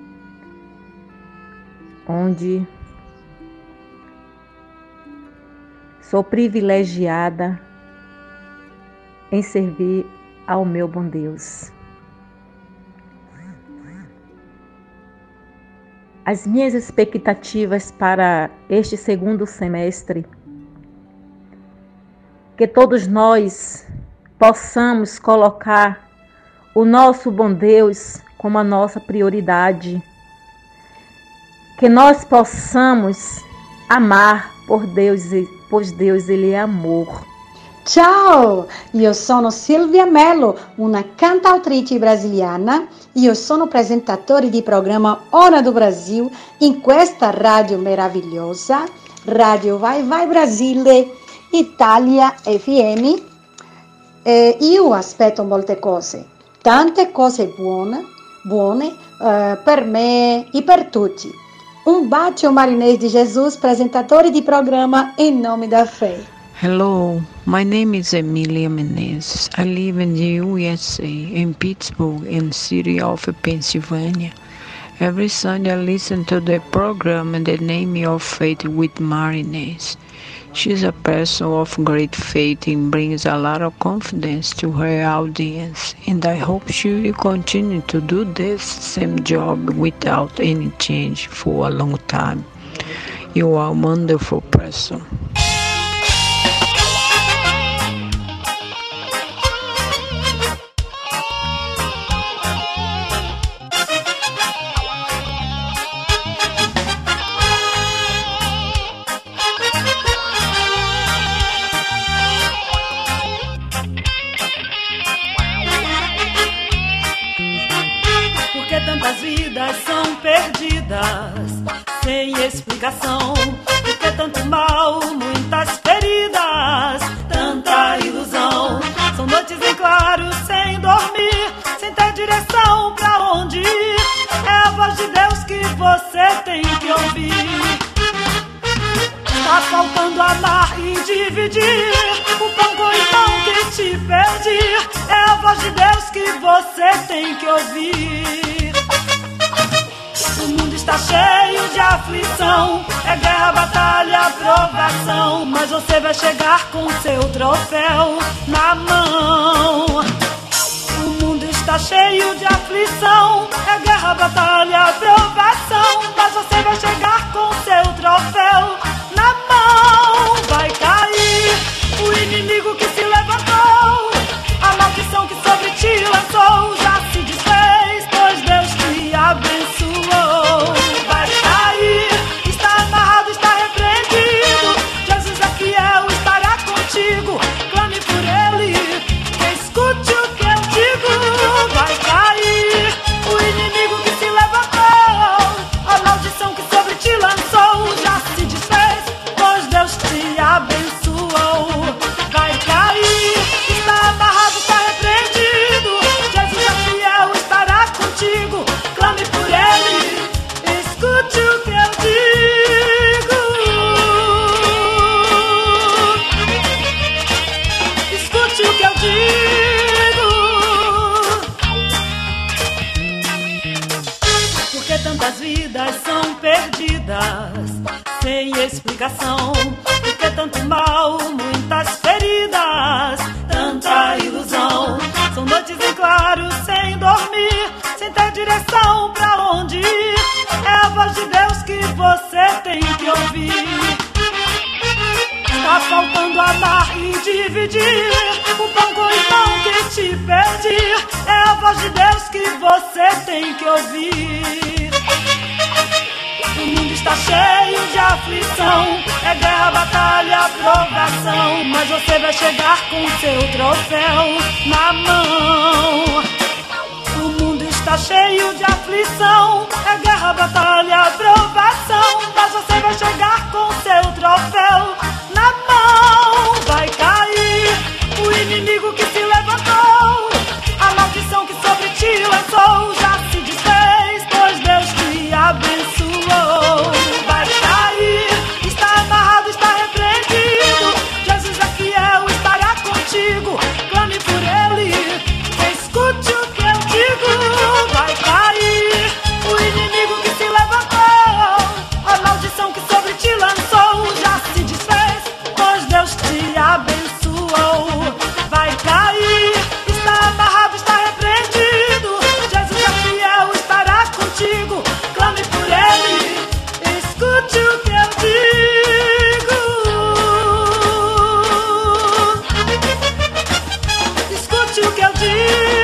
onde sou privilegiada em servir ao meu bom Deus. As minhas expectativas para este segundo semestre, que todos nós possamos colocar o nosso bom Deus como a nossa prioridade, que nós possamos amar por Deus, pois Deus ele é amor. Ciao, io sono Silvia Mello, una cantautrice brasiliana. Io sono presentatore di programma Hora do Brasil in questa radio meravigliosa, Radio Vai Vai Brasile, Italia FM. Io aspetto molte cose, tante cose buone per me e per tutti. Un bacio Marinês de Jesus, presentatore di programma Em Nome da Fé. Hello, my name is Emilia Menezes. I live in the USA, in Pittsburgh, in the city of Pennsylvania. Every Sunday I listen to the program in the name of faith with Marinês. She's a person of great faith and brings a lot of confidence to her audience, and I hope she will continue to do this same job without any change for a long time. You are a wonderful person. Sem explicação, porque tanto mal, muitas feridas, tanta ilusão. São noites em claro, sem dormir, sem ter direção pra onde ir. É a voz de Deus que você tem que ouvir. Tá faltando amar e dividir o pão com o pão que te perdi. É a voz de Deus que você tem que ouvir. O mundo está cheio de aflição, é guerra, batalha, provação, mas você vai chegar com seu troféu na mão. O mundo está cheio de aflição, é guerra, batalha, provação, mas você vai chegar com seu troféu na mão. Vai cair o inimigo que se levantou, a maldição que sobre ti lançou já se desfez, pois Deus te abençoou. Vai cair, está amarrado, está repreendido, Jesus é fiel, estará contigo, clame por ele, escute o que eu digo. Vai cair o inimigo que se levantou, a maldição que sobre ti lançou já se desfez, pois Deus te abençoou. Vai cair, está amarrado, está repreendido, Jesus é fiel, estará contigo, clame por ele, escute o que eu digo. Escute o que eu digo. Porque tantas vidas são perdidas sem explicação, porque tanto mal, muitas feridas, tanta ilusão. São noites em claro, sem dormir, sem ter direção pra onde ir. É a voz de Deus que você tem que ouvir. Está faltando amar e dividir o pão com o pão que te perdi. É a voz de Deus que você tem que ouvir. O mundo está cheio de aflição, é guerra, batalha, provação, mas você vai chegar com seu troféu na mão. O mundo está cheio de aflição, é guerra, batalha, provação, mas você vai chegar com seu troféu na mão. Vai cair o inimigo que se levantou, a maldição que sobre ti lançou já se desfez, pois Deus te abençoou. Vai cair, está amarrado, está repreendido, Jesus é fiel, estará contigo, clame por ele, escute o que eu digo. Vai cair o inimigo que se levantou, a maldição que sobre ti lançou já se desfez, pois Deus te abençoou. Vai cair, está amarrado, está repreendido, Jesus é fiel, estará contigo, clame por ele, escute o que eu digo. Escute o que eu digo.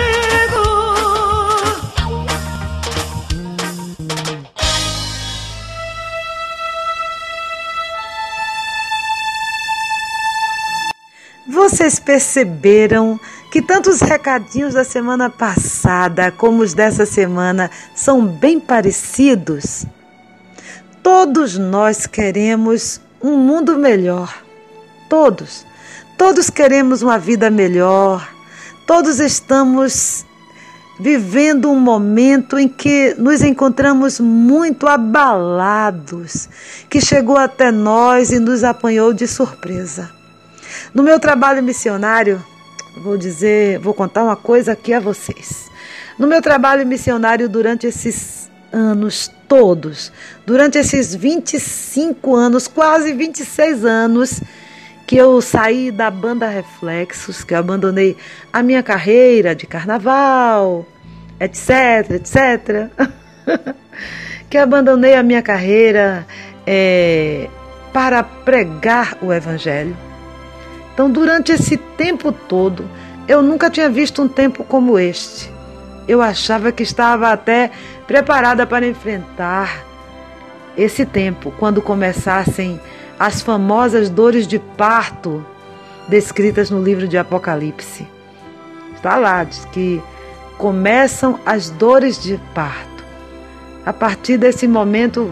Vocês perceberam que tanto os recadinhos da semana passada como os dessa semana são bem parecidos? Todos nós queremos um mundo melhor. Todos. Todos queremos uma vida melhor. Todos estamos vivendo um momento em que nos encontramos muito abalados, que chegou até nós e nos apanhou de surpresa. No meu trabalho missionário, vou contar uma coisa aqui a vocês. No meu trabalho missionário durante esses anos todos, durante esses 25 anos, quase 26 anos, que eu saí da banda Reflexos, que eu abandonei a minha carreira de carnaval, etc, etc. Que abandonei a minha carreira para pregar o Evangelho. Então, durante esse tempo todo, eu nunca tinha visto um tempo como este. Eu achava que estava até preparada para enfrentar esse tempo, quando começassem as famosas dores de parto descritas no livro de Apocalipse. Está lá, diz que começam as dores de parto. A partir desse momento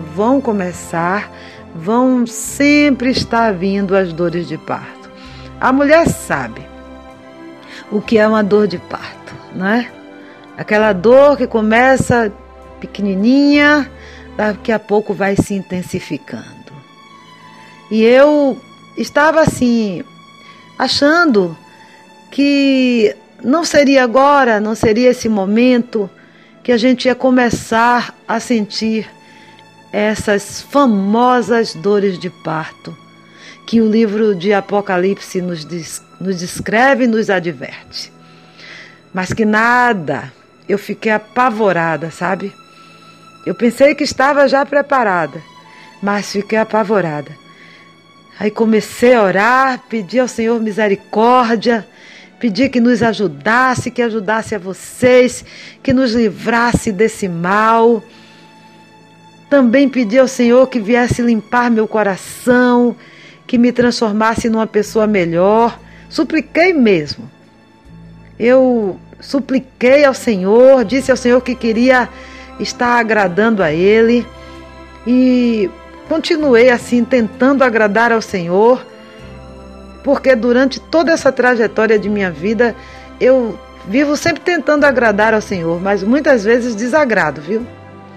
vão sempre estar vindo as dores de parto. A mulher sabe o que é uma dor de parto, não é? Aquela dor que começa pequenininha, daqui a pouco vai se intensificando. E eu estava assim, achando que não seria agora, não seria esse momento que a gente ia começar a sentir essas famosas dores de parto que o livro de Apocalipse nos descreve e nos adverte. Mas que nada, eu fiquei apavorada, sabe? Eu pensei que estava já preparada, mas fiquei apavorada. Aí comecei a orar, pedi ao Senhor misericórdia, pedi que nos ajudasse, que ajudasse a vocês, que nos livrasse desse mal. Também pedi ao Senhor que viesse limpar meu coração, que me transformasse numa pessoa melhor. Supliquei mesmo. Eu supliquei ao Senhor, disse ao Senhor que queria estar agradando a Ele e continuei assim tentando agradar ao Senhor, porque durante toda essa trajetória de minha vida eu vivo sempre tentando agradar ao Senhor, mas muitas vezes desagrado, viu?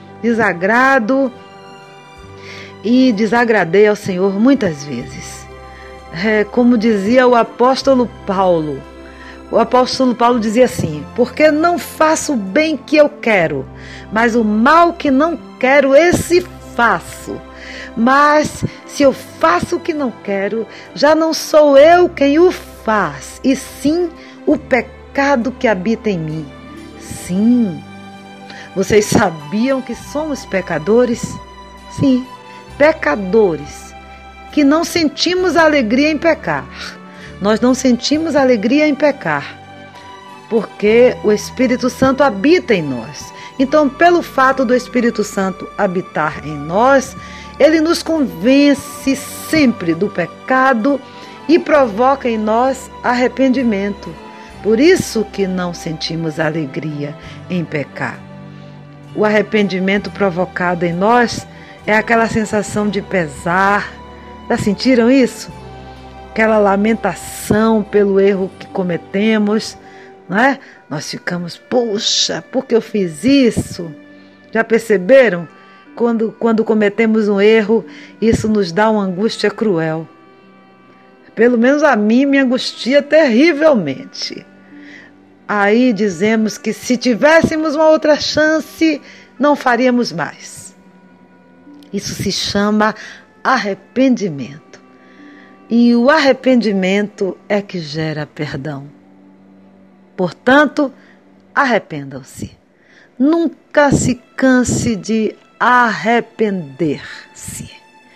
E desagradei ao Senhor muitas vezes. Como dizia o apóstolo Paulo dizia assim: porque não faço o bem que eu quero, mas o mal que não quero, esse faço. Mas se eu faço o que não quero, já não sou eu quem o faz, e sim o pecado que habita em mim. Sim. Vocês sabiam que somos pecadores? Sim, pecadores, que não sentimos alegria em pecar. Nós não sentimos alegria em pecar, porque o Espírito Santo habita em nós. Então, pelo fato do Espírito Santo habitar em nós, ele nos convence sempre do pecado e provoca em nós arrependimento. Por isso que não sentimos alegria em pecar. O arrependimento provocado em nós é aquela sensação de pesar. Já sentiram isso? Aquela lamentação pelo erro que cometemos, não é? Nós ficamos, puxa, por que eu fiz isso? Já perceberam? Quando cometemos um erro, isso nos dá uma angústia cruel. Pelo menos a mim me angustia terrivelmente. Aí dizemos que se tivéssemos uma outra chance, não faríamos mais. Isso se chama arrependimento. E o arrependimento é que gera perdão. Portanto, arrependam-se. Nunca se canse de arrepender-se.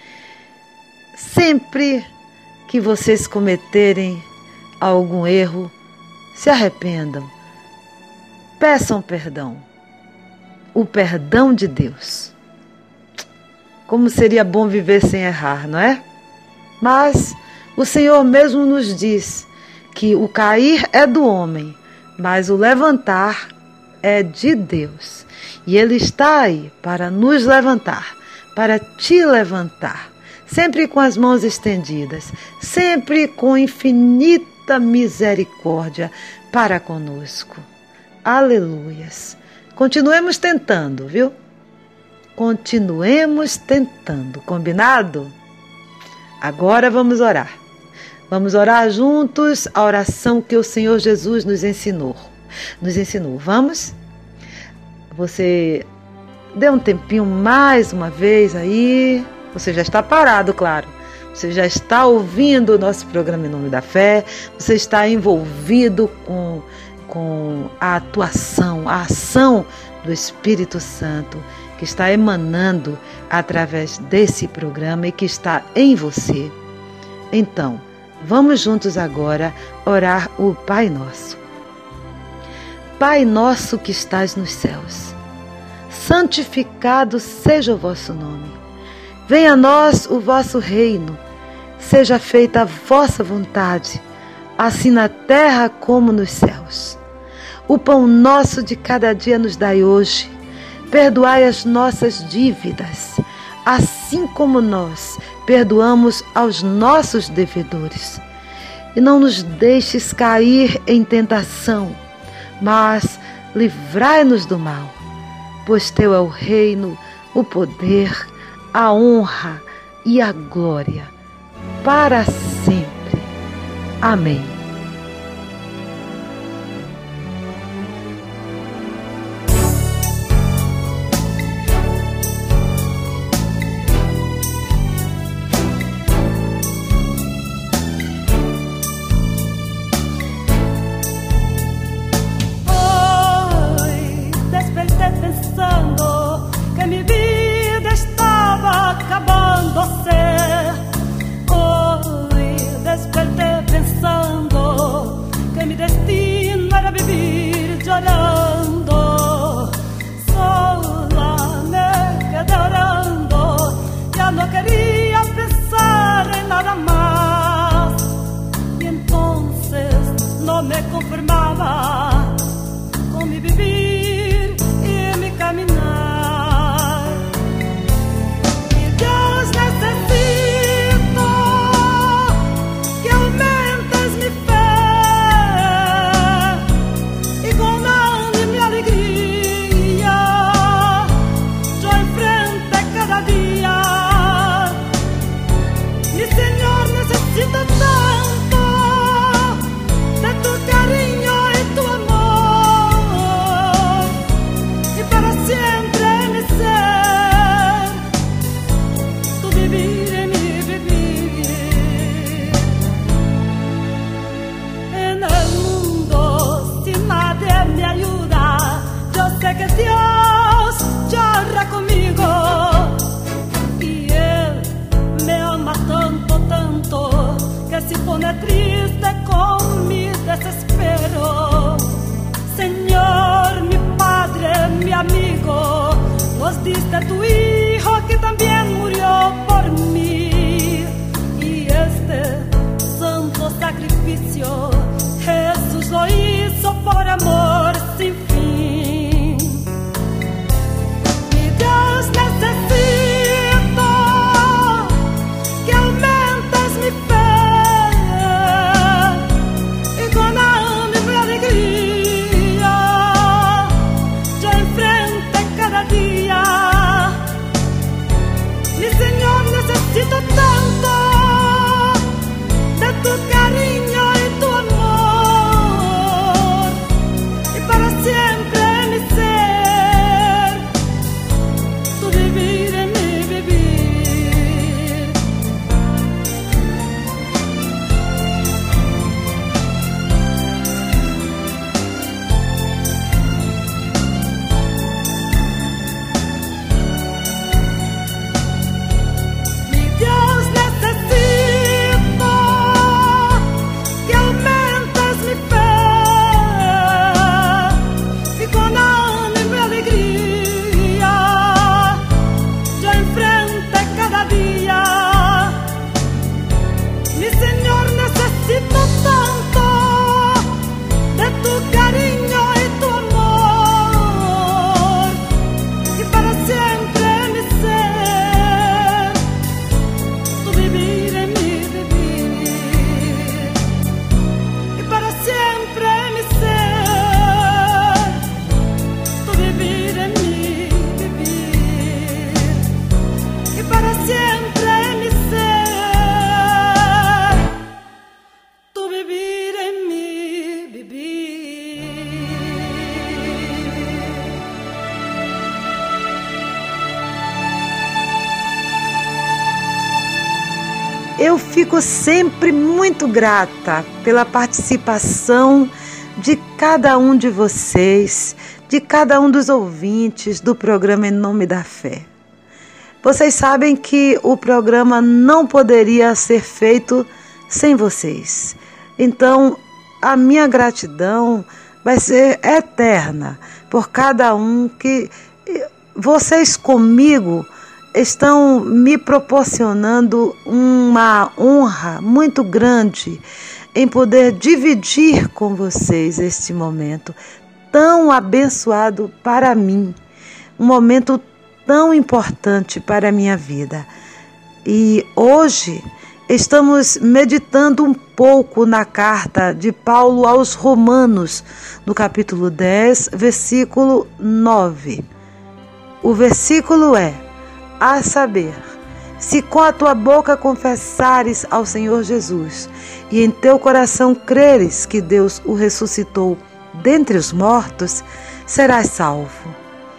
Sempre que vocês cometerem algum erro, se arrependam. Peçam perdão. O perdão de Deus. Como seria bom viver sem errar, não é? Mas o Senhor mesmo nos diz que o cair é do homem, mas o levantar é de Deus. E Ele está aí para nos levantar, para te levantar, sempre com as mãos estendidas, sempre com infinita misericórdia para conosco. Aleluias. Continuemos tentando, viu? Continuemos tentando, combinado? Agora vamos orar. Vamos orar juntos a oração que o Senhor Jesus nos ensinou. Vamos? Você dê um tempinho mais uma vez aí. Você já está parado, claro. Você já está ouvindo o nosso programa Em Nome da Fé. Você está envolvido com a atuação, a ação do Espírito Santo que está emanando através desse programa e que está em você. Então, vamos juntos agora orar o Pai Nosso. Pai nosso que estás nos céus, santificado seja o vosso nome. Venha a nós o vosso reino. Seja feita a vossa vontade, assim na terra como nos céus. O pão nosso de cada dia nos dai hoje. Perdoai as nossas dívidas, assim como nós perdoamos aos nossos devedores. E não nos deixes cair em tentação, mas livrai-nos do mal. Pois teu é o reino, o poder, a honra e a glória para sempre. Amém. Eu fico sempre muito grata pela participação de cada um de vocês, de cada um dos ouvintes do programa Em Nome da Fé. Vocês sabem que o programa não poderia ser feito sem vocês. Então, a minha gratidão vai ser eterna por cada um que vocês comigo estão me proporcionando uma honra muito grande em poder dividir com vocês este momento tão abençoado para mim, um momento tão importante para a minha vida. E hoje estamos meditando um pouco na carta de Paulo aos Romanos, no capítulo 10, versículo 9. O versículo é: a saber, Se com a tua boca confessares ao Senhor Jesus e em teu coração creres que Deus o ressuscitou dentre os mortos, serás salvo.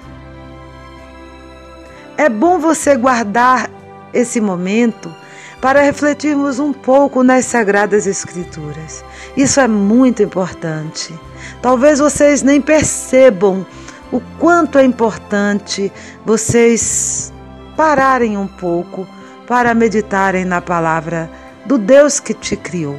É bom você guardar esse momento para refletirmos um pouco nas Sagradas Escrituras. Isso é muito importante. Talvez vocês nem percebam o quanto é importante vocês pararem um pouco para meditarem na palavra do Deus que te criou.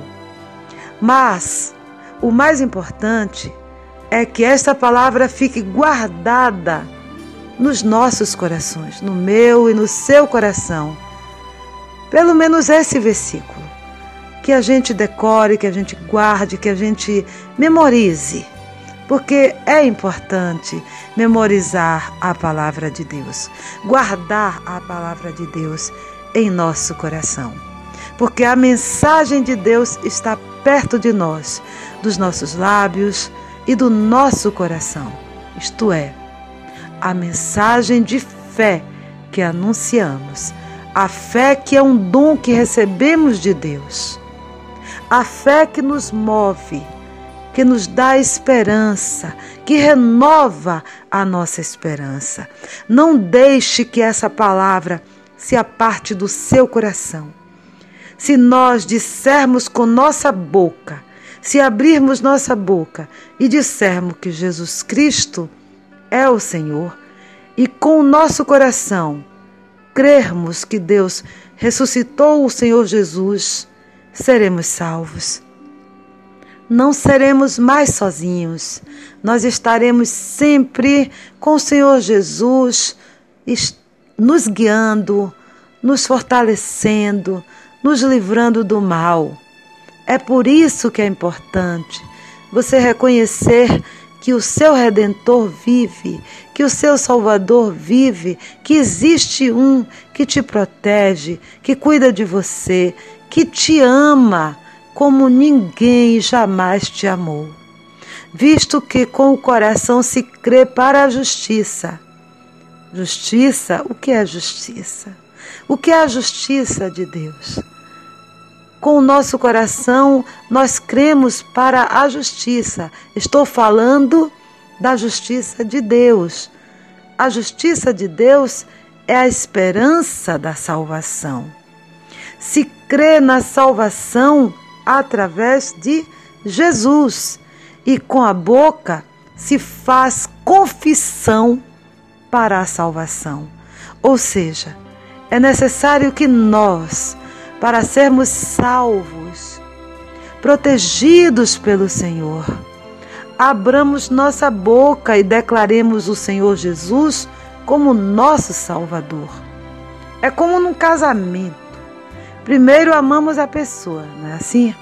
Mas o mais importante é que esta palavra fique guardada nos nossos corações, no meu e no seu coração. Pelo menos esse versículo, que a gente decore, que a gente guarde, que a gente memorize, porque é importante memorizar a palavra de Deus, guardar a palavra de Deus em nosso coração, porque a mensagem de Deus está perto de nós, dos nossos lábios e do nosso coração, isto é, a mensagem de fé que anunciamos, a fé que é um dom que recebemos de Deus, a fé que nos move, que nos dá esperança, que renova a nossa esperança. Não deixe que essa palavra se aparte do seu coração. Se nós dissermos com nossa boca, se abrirmos nossa boca e dissermos que Jesus Cristo é o Senhor, e com o nosso coração crermos que Deus ressuscitou o Senhor Jesus, seremos salvos. Não seremos mais sozinhos. Nós estaremos sempre com o Senhor Jesus, nos guiando, nos fortalecendo, nos livrando do mal. É por isso que é importante você reconhecer que o seu Redentor vive, que o seu Salvador vive, que existe um que te protege, que cuida de você, que te ama como ninguém jamais te amou. Visto que com o coração se crê para a justiça. Justiça, o que é justiça? O que é a justiça de Deus? Com o nosso coração, nós cremos para a justiça. Estou falando da justiça de Deus. A justiça de Deus é a esperança da salvação. Se crê na salvação através de Jesus. E com a boca se faz confissão para a salvação. Ou seja, é necessário que nós, para sermos salvos, protegidos pelo Senhor, abramos nossa boca e declaremos o Senhor Jesus como nosso Salvador. É como num casamento. Primeiro amamos a pessoa, não é assim?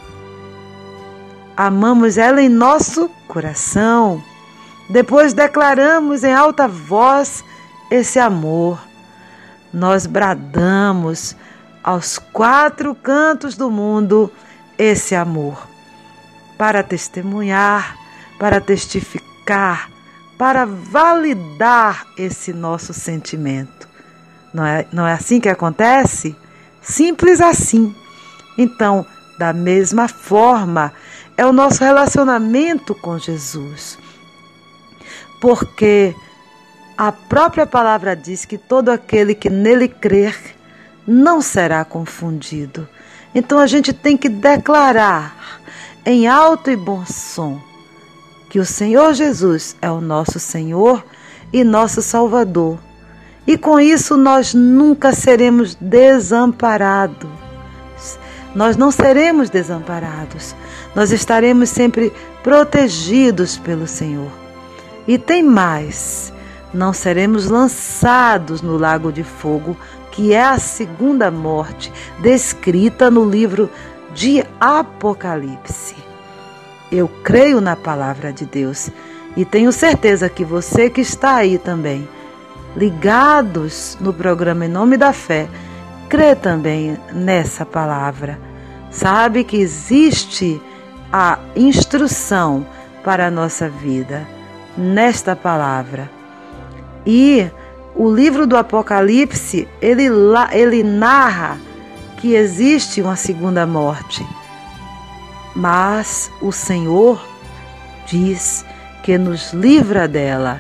Amamos ela em nosso coração. Depois declaramos em alta voz esse amor. Nós bradamos aos 4 cantos do mundo esse amor, para testemunhar, para testificar, para validar esse nosso sentimento. Não é assim que acontece? Simples assim. Então, da mesma forma, é o nosso relacionamento com Jesus. Porque a própria palavra diz que todo aquele que nele crer não será confundido. Então a gente tem que declarar em alto e bom som que o Senhor Jesus é o nosso Senhor e nosso Salvador. E com isso nós nunca seremos desamparados. Nós não seremos desamparados. Nós estaremos sempre protegidos pelo Senhor. E tem mais, não seremos lançados no lago de fogo, que é a segunda morte, descrita no livro de Apocalipse. Eu creio na palavra de Deus e tenho certeza que você que está aí também, ligados no programa Em Nome da Fé, crê também nessa palavra. Sabe que existe a instrução para a nossa vida nesta palavra. E o livro do Apocalipse, ele narra que existe uma segunda morte. Mas o Senhor diz que nos livra dela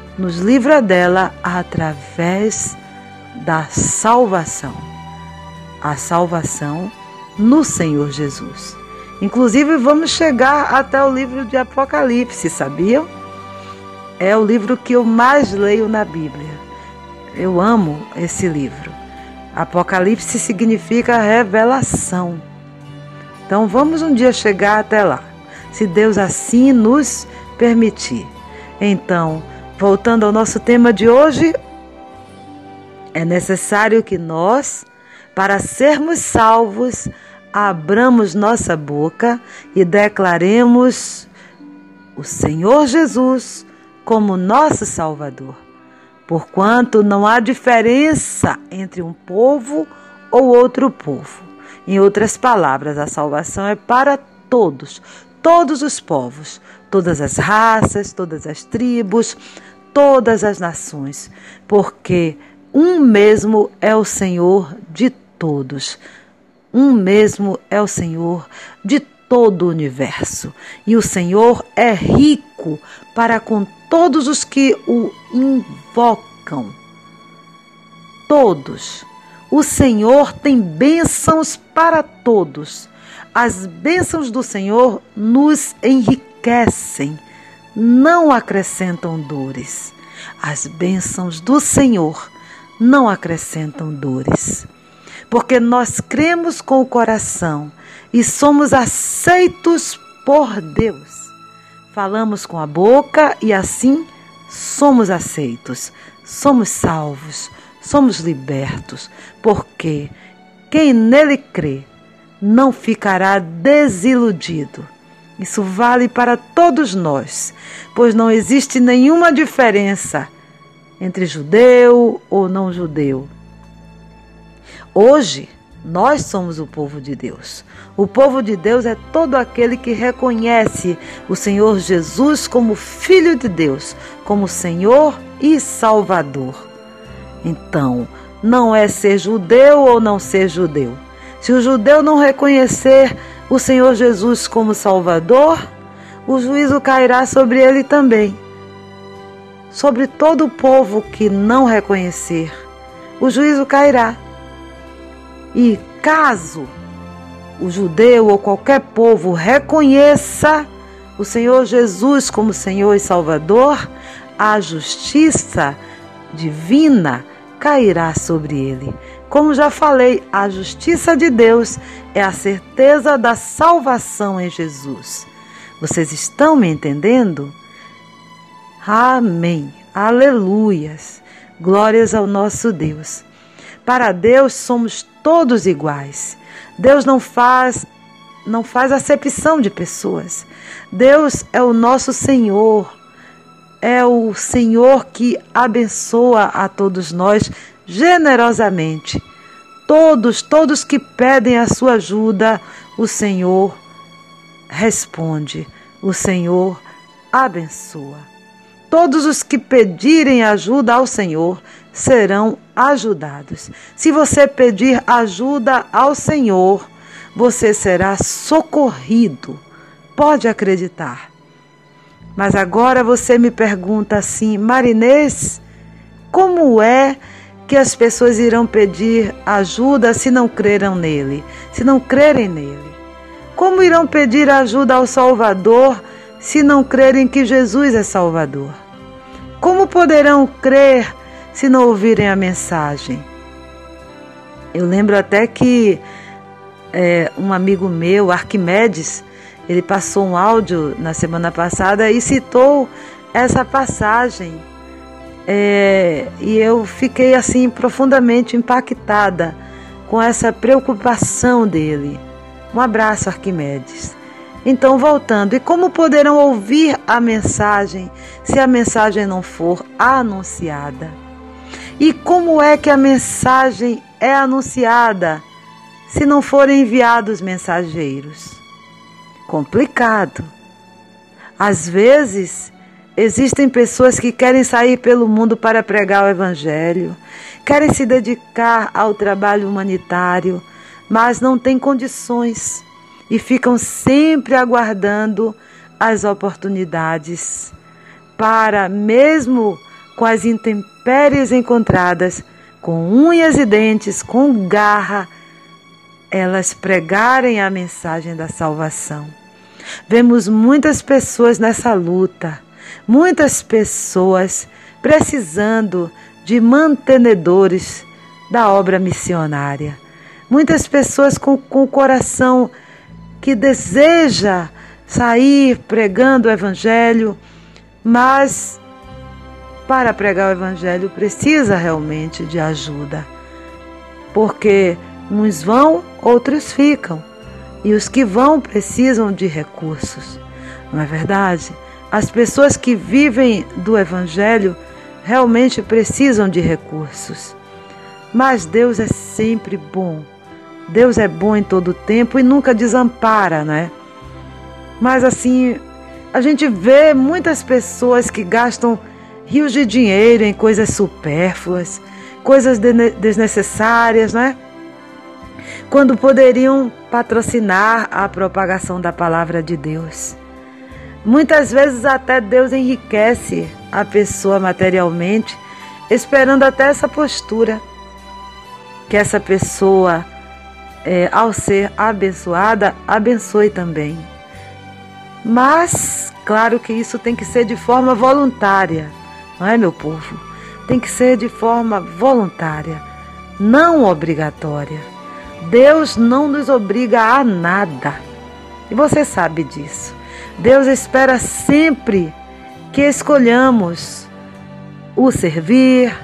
através da salvação. A salvação no Senhor Jesus. Inclusive, vamos chegar até o livro de Apocalipse, sabiam? É o livro que eu mais leio na Bíblia. Eu amo esse livro. Apocalipse significa revelação. Então, vamos um dia chegar até lá, se Deus assim nos permitir. Então, voltando ao nosso tema de hoje, é necessário que nós, para sermos salvos, abramos nossa boca e declaremos o Senhor Jesus como nosso Salvador. Porquanto não há diferença entre um povo ou outro povo. Em outras palavras, a salvação é para todos, todos os povos, todas as raças, todas as tribos, todas as nações, porque um mesmo é o Senhor de todos. Um mesmo é o Senhor de todo o universo. E o Senhor é rico para com todos os que o invocam. Todos. O Senhor tem bênçãos para todos. As bênçãos do Senhor nos enriquecem, não acrescentam dores. As bênçãos do Senhor não acrescentam dores. Porque nós cremos com o coração e somos aceitos por Deus. Falamos com a boca e assim somos aceitos, somos salvos, somos libertos, porque quem nele crê não ficará desiludido. Isso vale para todos nós, pois não existe nenhuma diferença entre judeu ou não judeu. Hoje, nós somos o povo de Deus. O povo de Deus é todo aquele que reconhece o Senhor Jesus como Filho de Deus, como Senhor e Salvador. Então, não é ser judeu ou não ser judeu. Se o judeu não reconhecer o Senhor Jesus como Salvador, o juízo cairá sobre ele também. Sobre todo o povo que não reconhecer, o juízo cairá. E caso o judeu ou qualquer povo reconheça o Senhor Jesus como Senhor e Salvador, a justiça divina cairá sobre ele. Como já falei, a justiça de Deus é a certeza da salvação em Jesus. Vocês estão me entendendo? Amém. Aleluias. Glórias ao nosso Deus. Para Deus somos todos iguais. Deus não faz acepção de pessoas. Deus é o nosso Senhor. É o Senhor que abençoa a todos nós generosamente. Todos que pedem a sua ajuda, o Senhor responde. O Senhor abençoa. Todos os que pedirem ajuda ao Senhor serão ajudados. Se você pedir ajuda ao Senhor, você será socorrido. Pode acreditar. Mas agora você me pergunta assim, Marinês, como é que as pessoas irão pedir ajuda se não creram nele, se não crerem nele? Como irão pedir ajuda ao Salvador se não crerem que Jesus é Salvador? Como poderão crer se não ouvirem a mensagem? Eu lembro até que um amigo meu, Arquimedes, ele passou um áudio na semana passada e citou essa passagem. E eu fiquei assim profundamente impactada com essa preocupação dele. Um abraço, Arquimedes. Então, voltando, e como poderão ouvir a mensagem se a mensagem não for anunciada? E como é que a mensagem é anunciada se não forem enviados mensageiros? Complicado. Às vezes, Existem pessoas que querem sair pelo mundo para pregar o Evangelho, querem se dedicar ao trabalho humanitário, mas não têm condições e ficam sempre aguardando as oportunidades para, mesmo com as intempéries encontradas, com unhas e dentes, com garra, elas pregarem a mensagem da salvação. Vemos muitas pessoas nessa luta, muitas pessoas precisando de mantenedores da obra missionária. Muitas pessoas com o coração que deseja sair pregando o Evangelho, mas para pregar o Evangelho precisa realmente de ajuda, porque uns vão, outros ficam, e os que vão precisam de recursos, não é verdade? As pessoas que vivem do Evangelho realmente precisam de recursos, mas Deus é sempre bom. Deus é bom em todo o tempo e nunca desampara, né? Mas assim, a gente vê muitas pessoas que gastam rios de dinheiro em coisas supérfluas, coisas desnecessárias, né? Quando poderiam patrocinar a propagação da palavra de Deus. Muitas vezes até Deus enriquece a pessoa materialmente, esperando até essa postura, que essa pessoa, ao ser abençoada, abençoe também. Mas, claro que isso tem que ser de forma voluntária, não é, meu povo? Tem que ser de forma voluntária, não obrigatória. Deus não nos obriga a nada, e você sabe disso. Deus espera sempre que escolhamos o servir,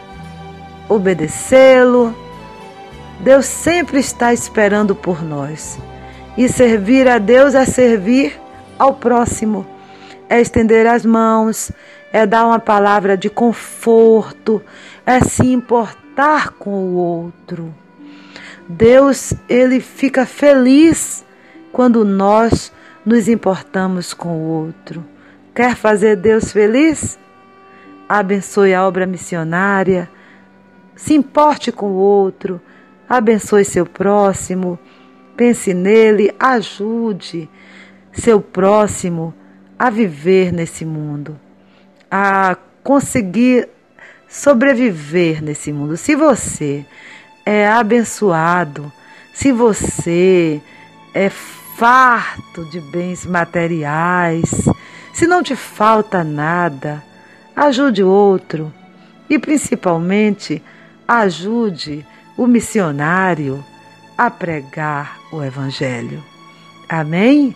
obedecê-lo. Deus sempre está esperando por nós. E servir a Deus é servir ao próximo, é estender as mãos, é dar uma palavra de conforto, é se importar com o outro. Deus, ele fica feliz quando nós nos importamos com o outro. Quer fazer Deus feliz? Abençoe a obra missionária, se importe com o outro, abençoe seu próximo, pense nele, ajude seu próximo a viver nesse mundo, a conseguir sobreviver nesse mundo. Se você é abençoado, se você é farto de bens materiais, se não te falta nada, ajude o outro e principalmente ajude o missionário a pregar o Evangelho. Amém?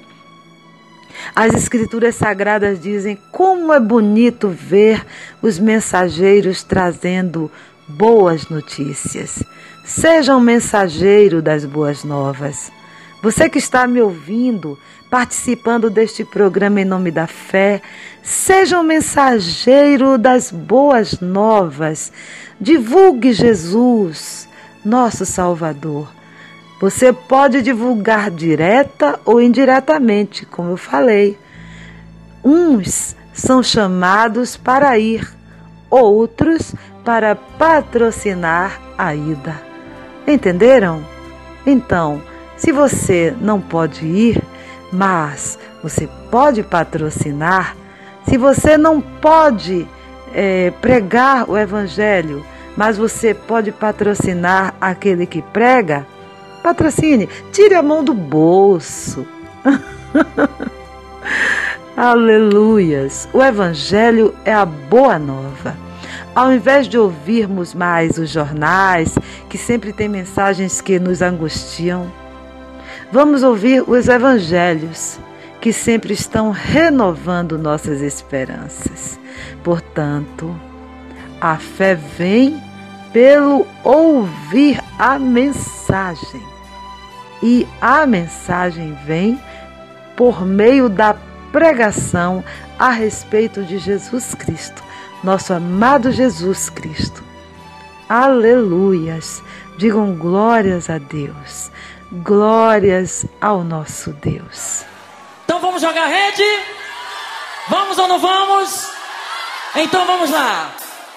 As Escrituras Sagradas dizem como é bonito ver os mensageiros trazendo boas notícias. Seja um mensageiro das boas novas. Você que está me ouvindo, participando deste programa Em Nome da Fé, seja um mensageiro das boas novas. Divulgue Jesus, nosso Salvador. Você pode divulgar direta ou indiretamente, como eu falei. Uns são chamados para ir, outros para patrocinar a ida. Entenderam? Então, se você não pode ir, mas você pode patrocinar, se você não pode pregar o Evangelho, mas você pode patrocinar aquele que prega, patrocine, tire a mão do bolso. Aleluias! O Evangelho é a boa nova. Ao invés de ouvirmos mais os jornais, que sempre têm mensagens que nos angustiam, vamos ouvir os evangelhos, que sempre estão renovando nossas esperanças. Portanto, a fé vem pelo ouvir a mensagem. E a mensagem vem por meio da pregação a respeito de Jesus Cristo, nosso amado Jesus Cristo. Aleluias! Digam glórias a Deus. Glórias ao nosso Deus. Então vamos jogar rede? Vamos ou não vamos? Então vamos lá.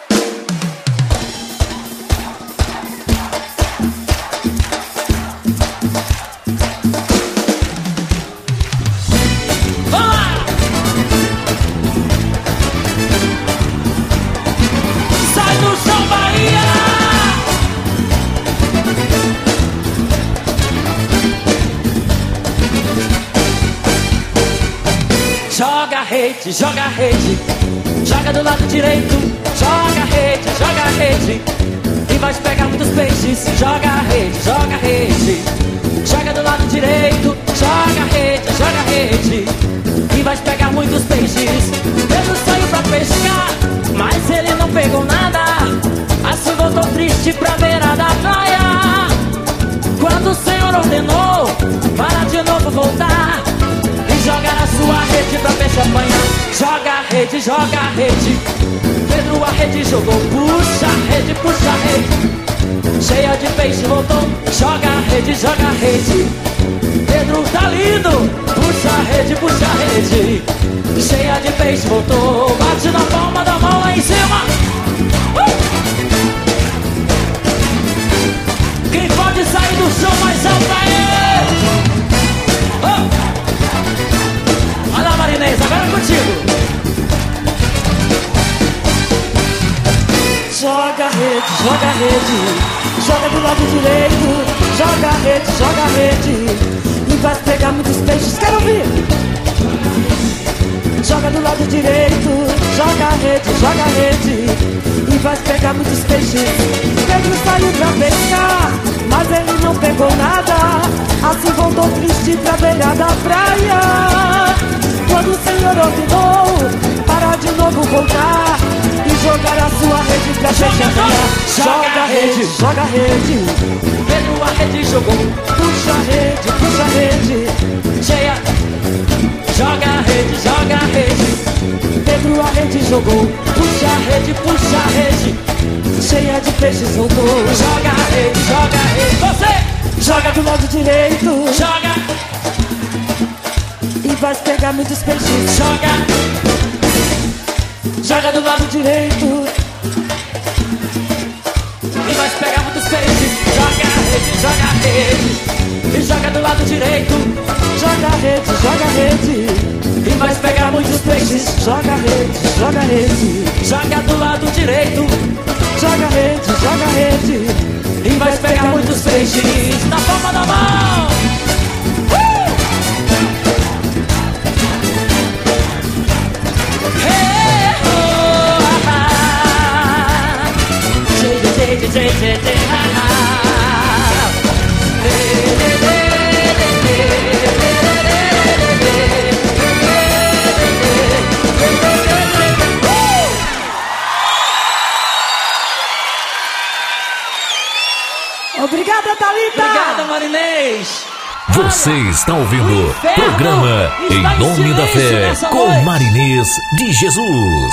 Joga a rede, joga do lado direito. Joga a rede, e vai pegar muitos peixes. Joga a rede, joga do lado direito. Joga a rede, e vai pegar muitos peixes. Pedro saiu pra pescar, mas ele não pegou nada. Assim voltou triste pra beira da praia. Quando o Senhor ordenou para de novo voltar e jogar a sua rede pra peixe apanhar. Joga a rede, Pedro a rede jogou. Puxa a rede, cheia de peixe voltou. Joga a rede, Pedro tá lindo. Puxa a rede, cheia de peixe voltou. Bate na palma da mão lá em cima. Quem pode sair do chão mais alto aí? Olha lá, Marinês, agora é contigo. Joga a rede, joga do lado direito. Joga a rede, e vai pegar muitos peixes. Quero ouvir. Joga do lado direito. Joga a rede, e vai pegar muitos peixes. Pedro saiu pra pescar, mas ele não pegou nada. Assim voltou triste pra beira da praia. Quando o Senhor ordenou para de novo voltar e jogar a sua rede pra peixe apanhar. Joga a rede, Pedro a rede jogou. Puxa a rede, cheia. Joga a rede, Pedro a rede jogou. Puxa a rede, cheia de peixes voltou. Joga a rede, você joga do lado direito. E vai pegar muitos peixes. Joga do lado direito, e vai pegar muitos peixes. Joga a rede, e joga do lado direito. Joga a rede, e vai pegar muitos peixes. Joga a rede, joga do lado direito. Joga a rede, e vai pegar muitos peixes. Na palma da mão. Obrigada, Thalita. Obrigada, Marinês. Você está ouvindo o programa Em Nome da Fé com Marinês de Jesus.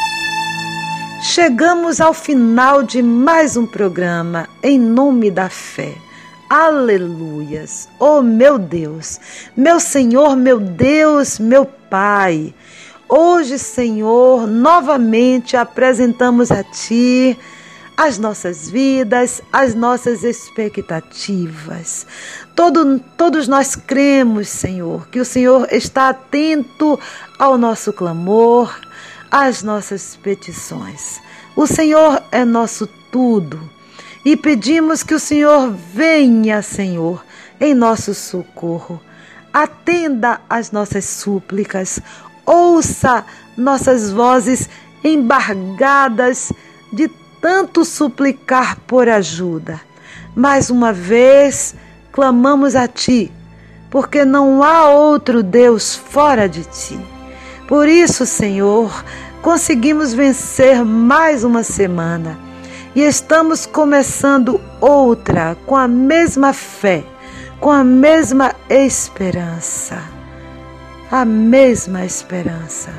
Chegamos ao final de mais um programa Em Nome da Fé. Aleluias! Oh meu Deus, meu Senhor, meu Deus, meu Pai. Hoje, Senhor, novamente apresentamos a Ti as nossas vidas, as nossas expectativas. Todos nós cremos, Senhor, que o Senhor está atento ao nosso clamor, às nossas petições. O Senhor é nosso tudo e pedimos que o Senhor venha, Senhor, em nosso socorro. Atenda às nossas súplicas, ouça nossas vozes embargadas de tanto suplicar por ajuda. Mais uma vez, clamamos a Ti, porque não há outro Deus fora de Ti. Por isso, Senhor, conseguimos vencer mais uma semana e estamos começando outra com a mesma fé, com a mesma esperança. A mesma esperança,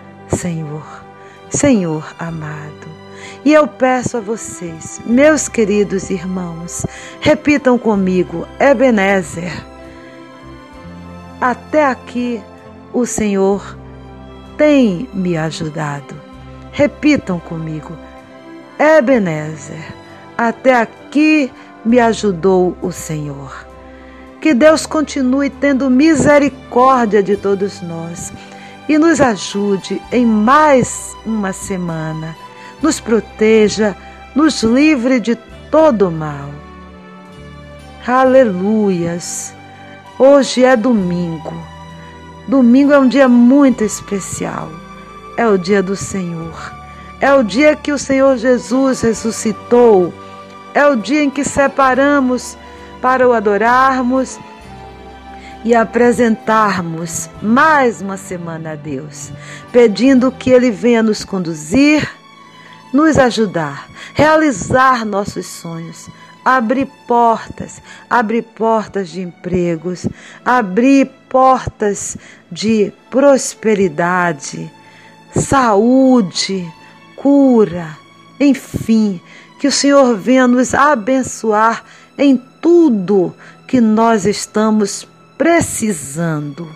Senhor amado. E eu peço a vocês, meus queridos irmãos, repitam comigo, Ebenezer. Até aqui o Senhor tem me ajudado. Repitam comigo: Ebenezer, até aqui me ajudou o Senhor. Que Deus continue tendo misericórdia de todos nós e nos ajude em mais uma semana. Nos proteja, nos livre de todo mal. Aleluias! Hoje é domingo. Domingo é um dia muito especial. É o dia do Senhor. É o dia que o Senhor Jesus ressuscitou. É o dia em que separamos para o adorarmos e apresentarmos mais uma semana a Deus, pedindo que Ele venha nos conduzir, nos ajudar, realizar nossos sonhos, abrir portas de empregos, abrir portas de prosperidade, saúde, cura, enfim, que o Senhor venha nos abençoar em tudo que nós estamos precisando.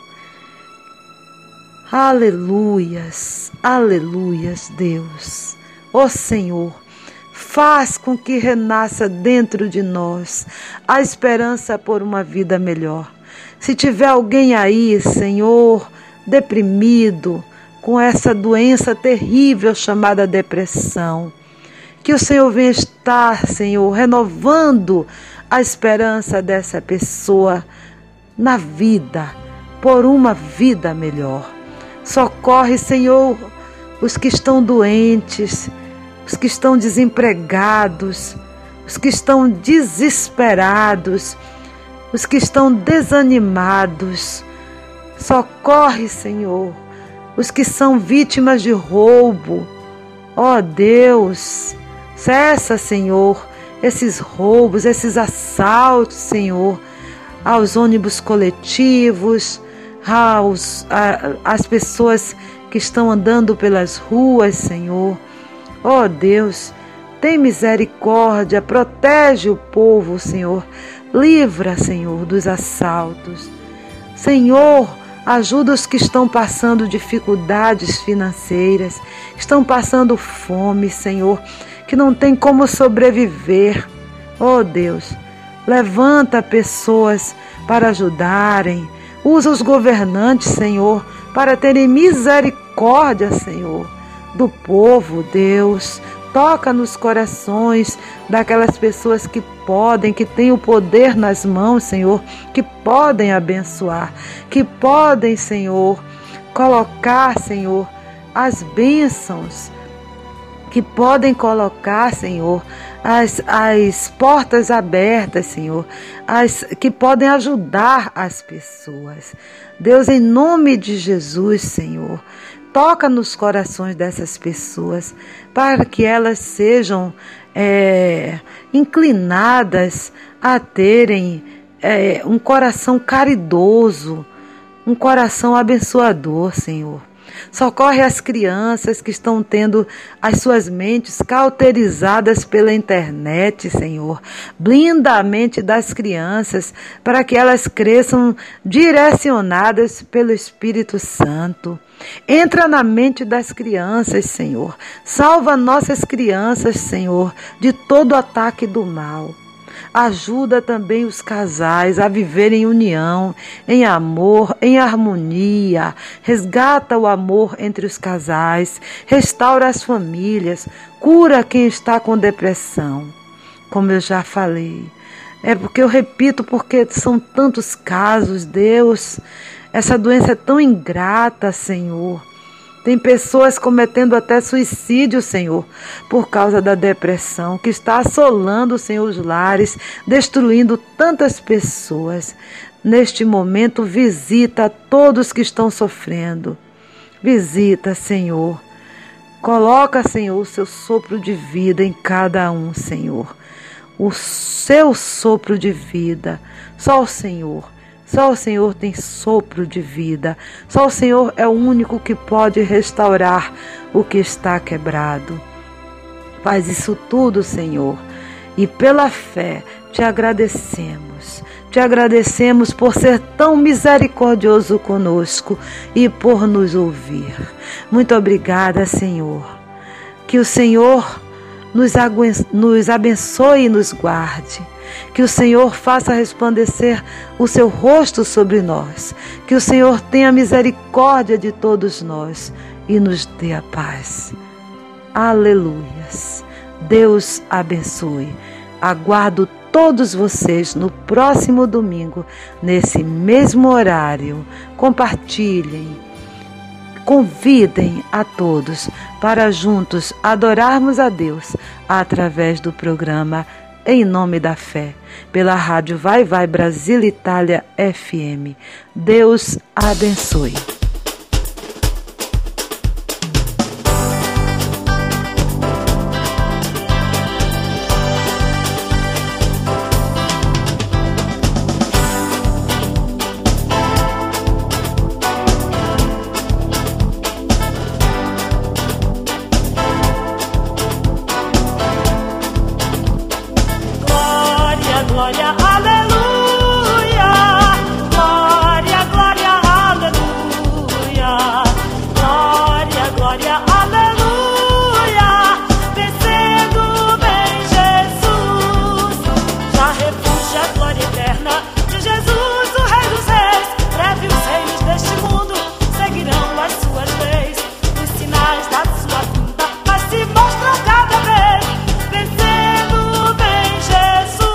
Aleluias, aleluias, Deus. Ó Senhor, faz com que renasça dentro de nós a esperança por uma vida melhor. Se tiver alguém aí, Senhor, deprimido, com essa doença terrível chamada depressão, que o Senhor venha estar, Senhor, renovando a esperança dessa pessoa na vida, por uma vida melhor. Socorre, Senhor, os que estão doentes, os que estão desempregados, os que estão desesperados, os que estão desanimados. Socorre, Senhor, os que são vítimas de roubo. Ó Deus, cessa, Senhor, esses roubos, esses assaltos, Senhor, aos ônibus coletivos, às pessoas que estão andando pelas ruas, Senhor. Ó Deus, tem misericórdia, protege o povo, Senhor. Livra, Senhor, dos assaltos. Senhor, ajuda os que estão passando dificuldades financeiras, estão passando fome, Senhor, que não tem como sobreviver. Ó Deus, levanta pessoas para ajudarem. Usa os governantes, Senhor, para terem misericórdia, Senhor, do povo, Deus. Toca nos corações daquelas pessoas que podem, que têm o poder nas mãos, Senhor, que podem abençoar, que podem, Senhor, colocar, Senhor, as bênçãos, que podem colocar, Senhor, as portas abertas, Senhor, que podem ajudar as pessoas. Deus, em nome de Jesus, Senhor, toca nos corações dessas pessoas para que elas sejam inclinadas a terem um coração caridoso, um coração abençoador, Senhor. Socorre as crianças que estão tendo as suas mentes cauterizadas pela internet, Senhor. Blinda a mente das crianças para que elas cresçam direcionadas pelo Espírito Santo. Entra na mente das crianças, Senhor. Salva nossas crianças, Senhor, de todo ataque do mal. Ajuda também os casais a viver em união, em amor, em harmonia. Resgata o amor entre os casais, restaura as famílias, cura quem está com depressão. Como eu já falei, é porque eu repito, porque são tantos casos, Deus. Essa doença é tão ingrata, Senhor. Tem pessoas cometendo até suicídio, Senhor, por causa da depressão, que está assolando, Senhor, os lares, destruindo tantas pessoas. Neste momento, visita todos que estão sofrendo. Visita, Senhor. Coloca, Senhor, o seu sopro de vida em cada um, Senhor. O seu sopro de vida. Só o Senhor. Só o Senhor tem sopro de vida. Só o Senhor é o único que pode restaurar o que está quebrado. Faz isso tudo, Senhor. E pela fé te agradecemos. Te agradecemos por ser tão misericordioso conosco e por nos ouvir. Muito obrigada, Senhor. Que o Senhor nos abençoe e nos guarde. Que o Senhor faça resplandecer o seu rosto sobre nós. Que o Senhor tenha misericórdia de todos nós e nos dê a paz. Aleluias. Deus abençoe. Aguardo todos vocês no próximo domingo, nesse mesmo horário. Compartilhem, convidem a todos para juntos adorarmos a Deus através do programa Em Nome da Fé, pela rádio Vai Vai Brasil Itália FM. Deus abençoe. Glória, aleluia. Glória, glória, aleluia. Glória, glória, aleluia. Vencendo bem Jesus. Já refúgio a glória eterna de Jesus, o Rei dos Reis. Breve os reis deste mundo seguirão as suas leis. Os sinais da sua vinda mas se mostram cada vez. Vencendo bem Jesus.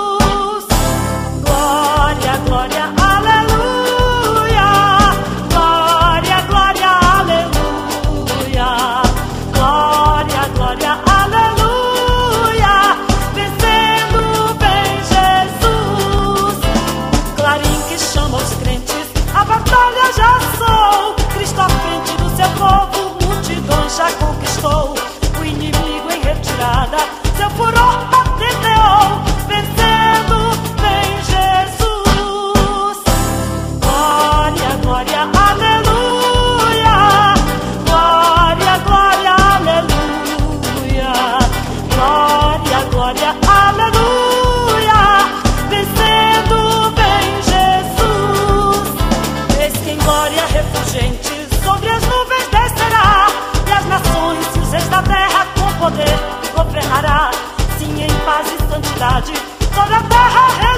Glória, aleluia. Glória, glória, aleluia. Glória, glória, aleluia. Vencendo bem Jesus. Clarim que chama os crentes, a batalha já sou. Cristo à frente do seu povo, multidões já conquistou. O inimigo em retirada, seu furor ateteou. Vencendo bem Jesus. Glória, aleluia. Glória, glória, aleluia. Glória, glória, aleluia. Vencendo bem Jesus. Eis que em glória refulgente sobre as nuvens descerá, e as nações e os reis da terra com poder governará. Sim, em paz e santidade toda a terra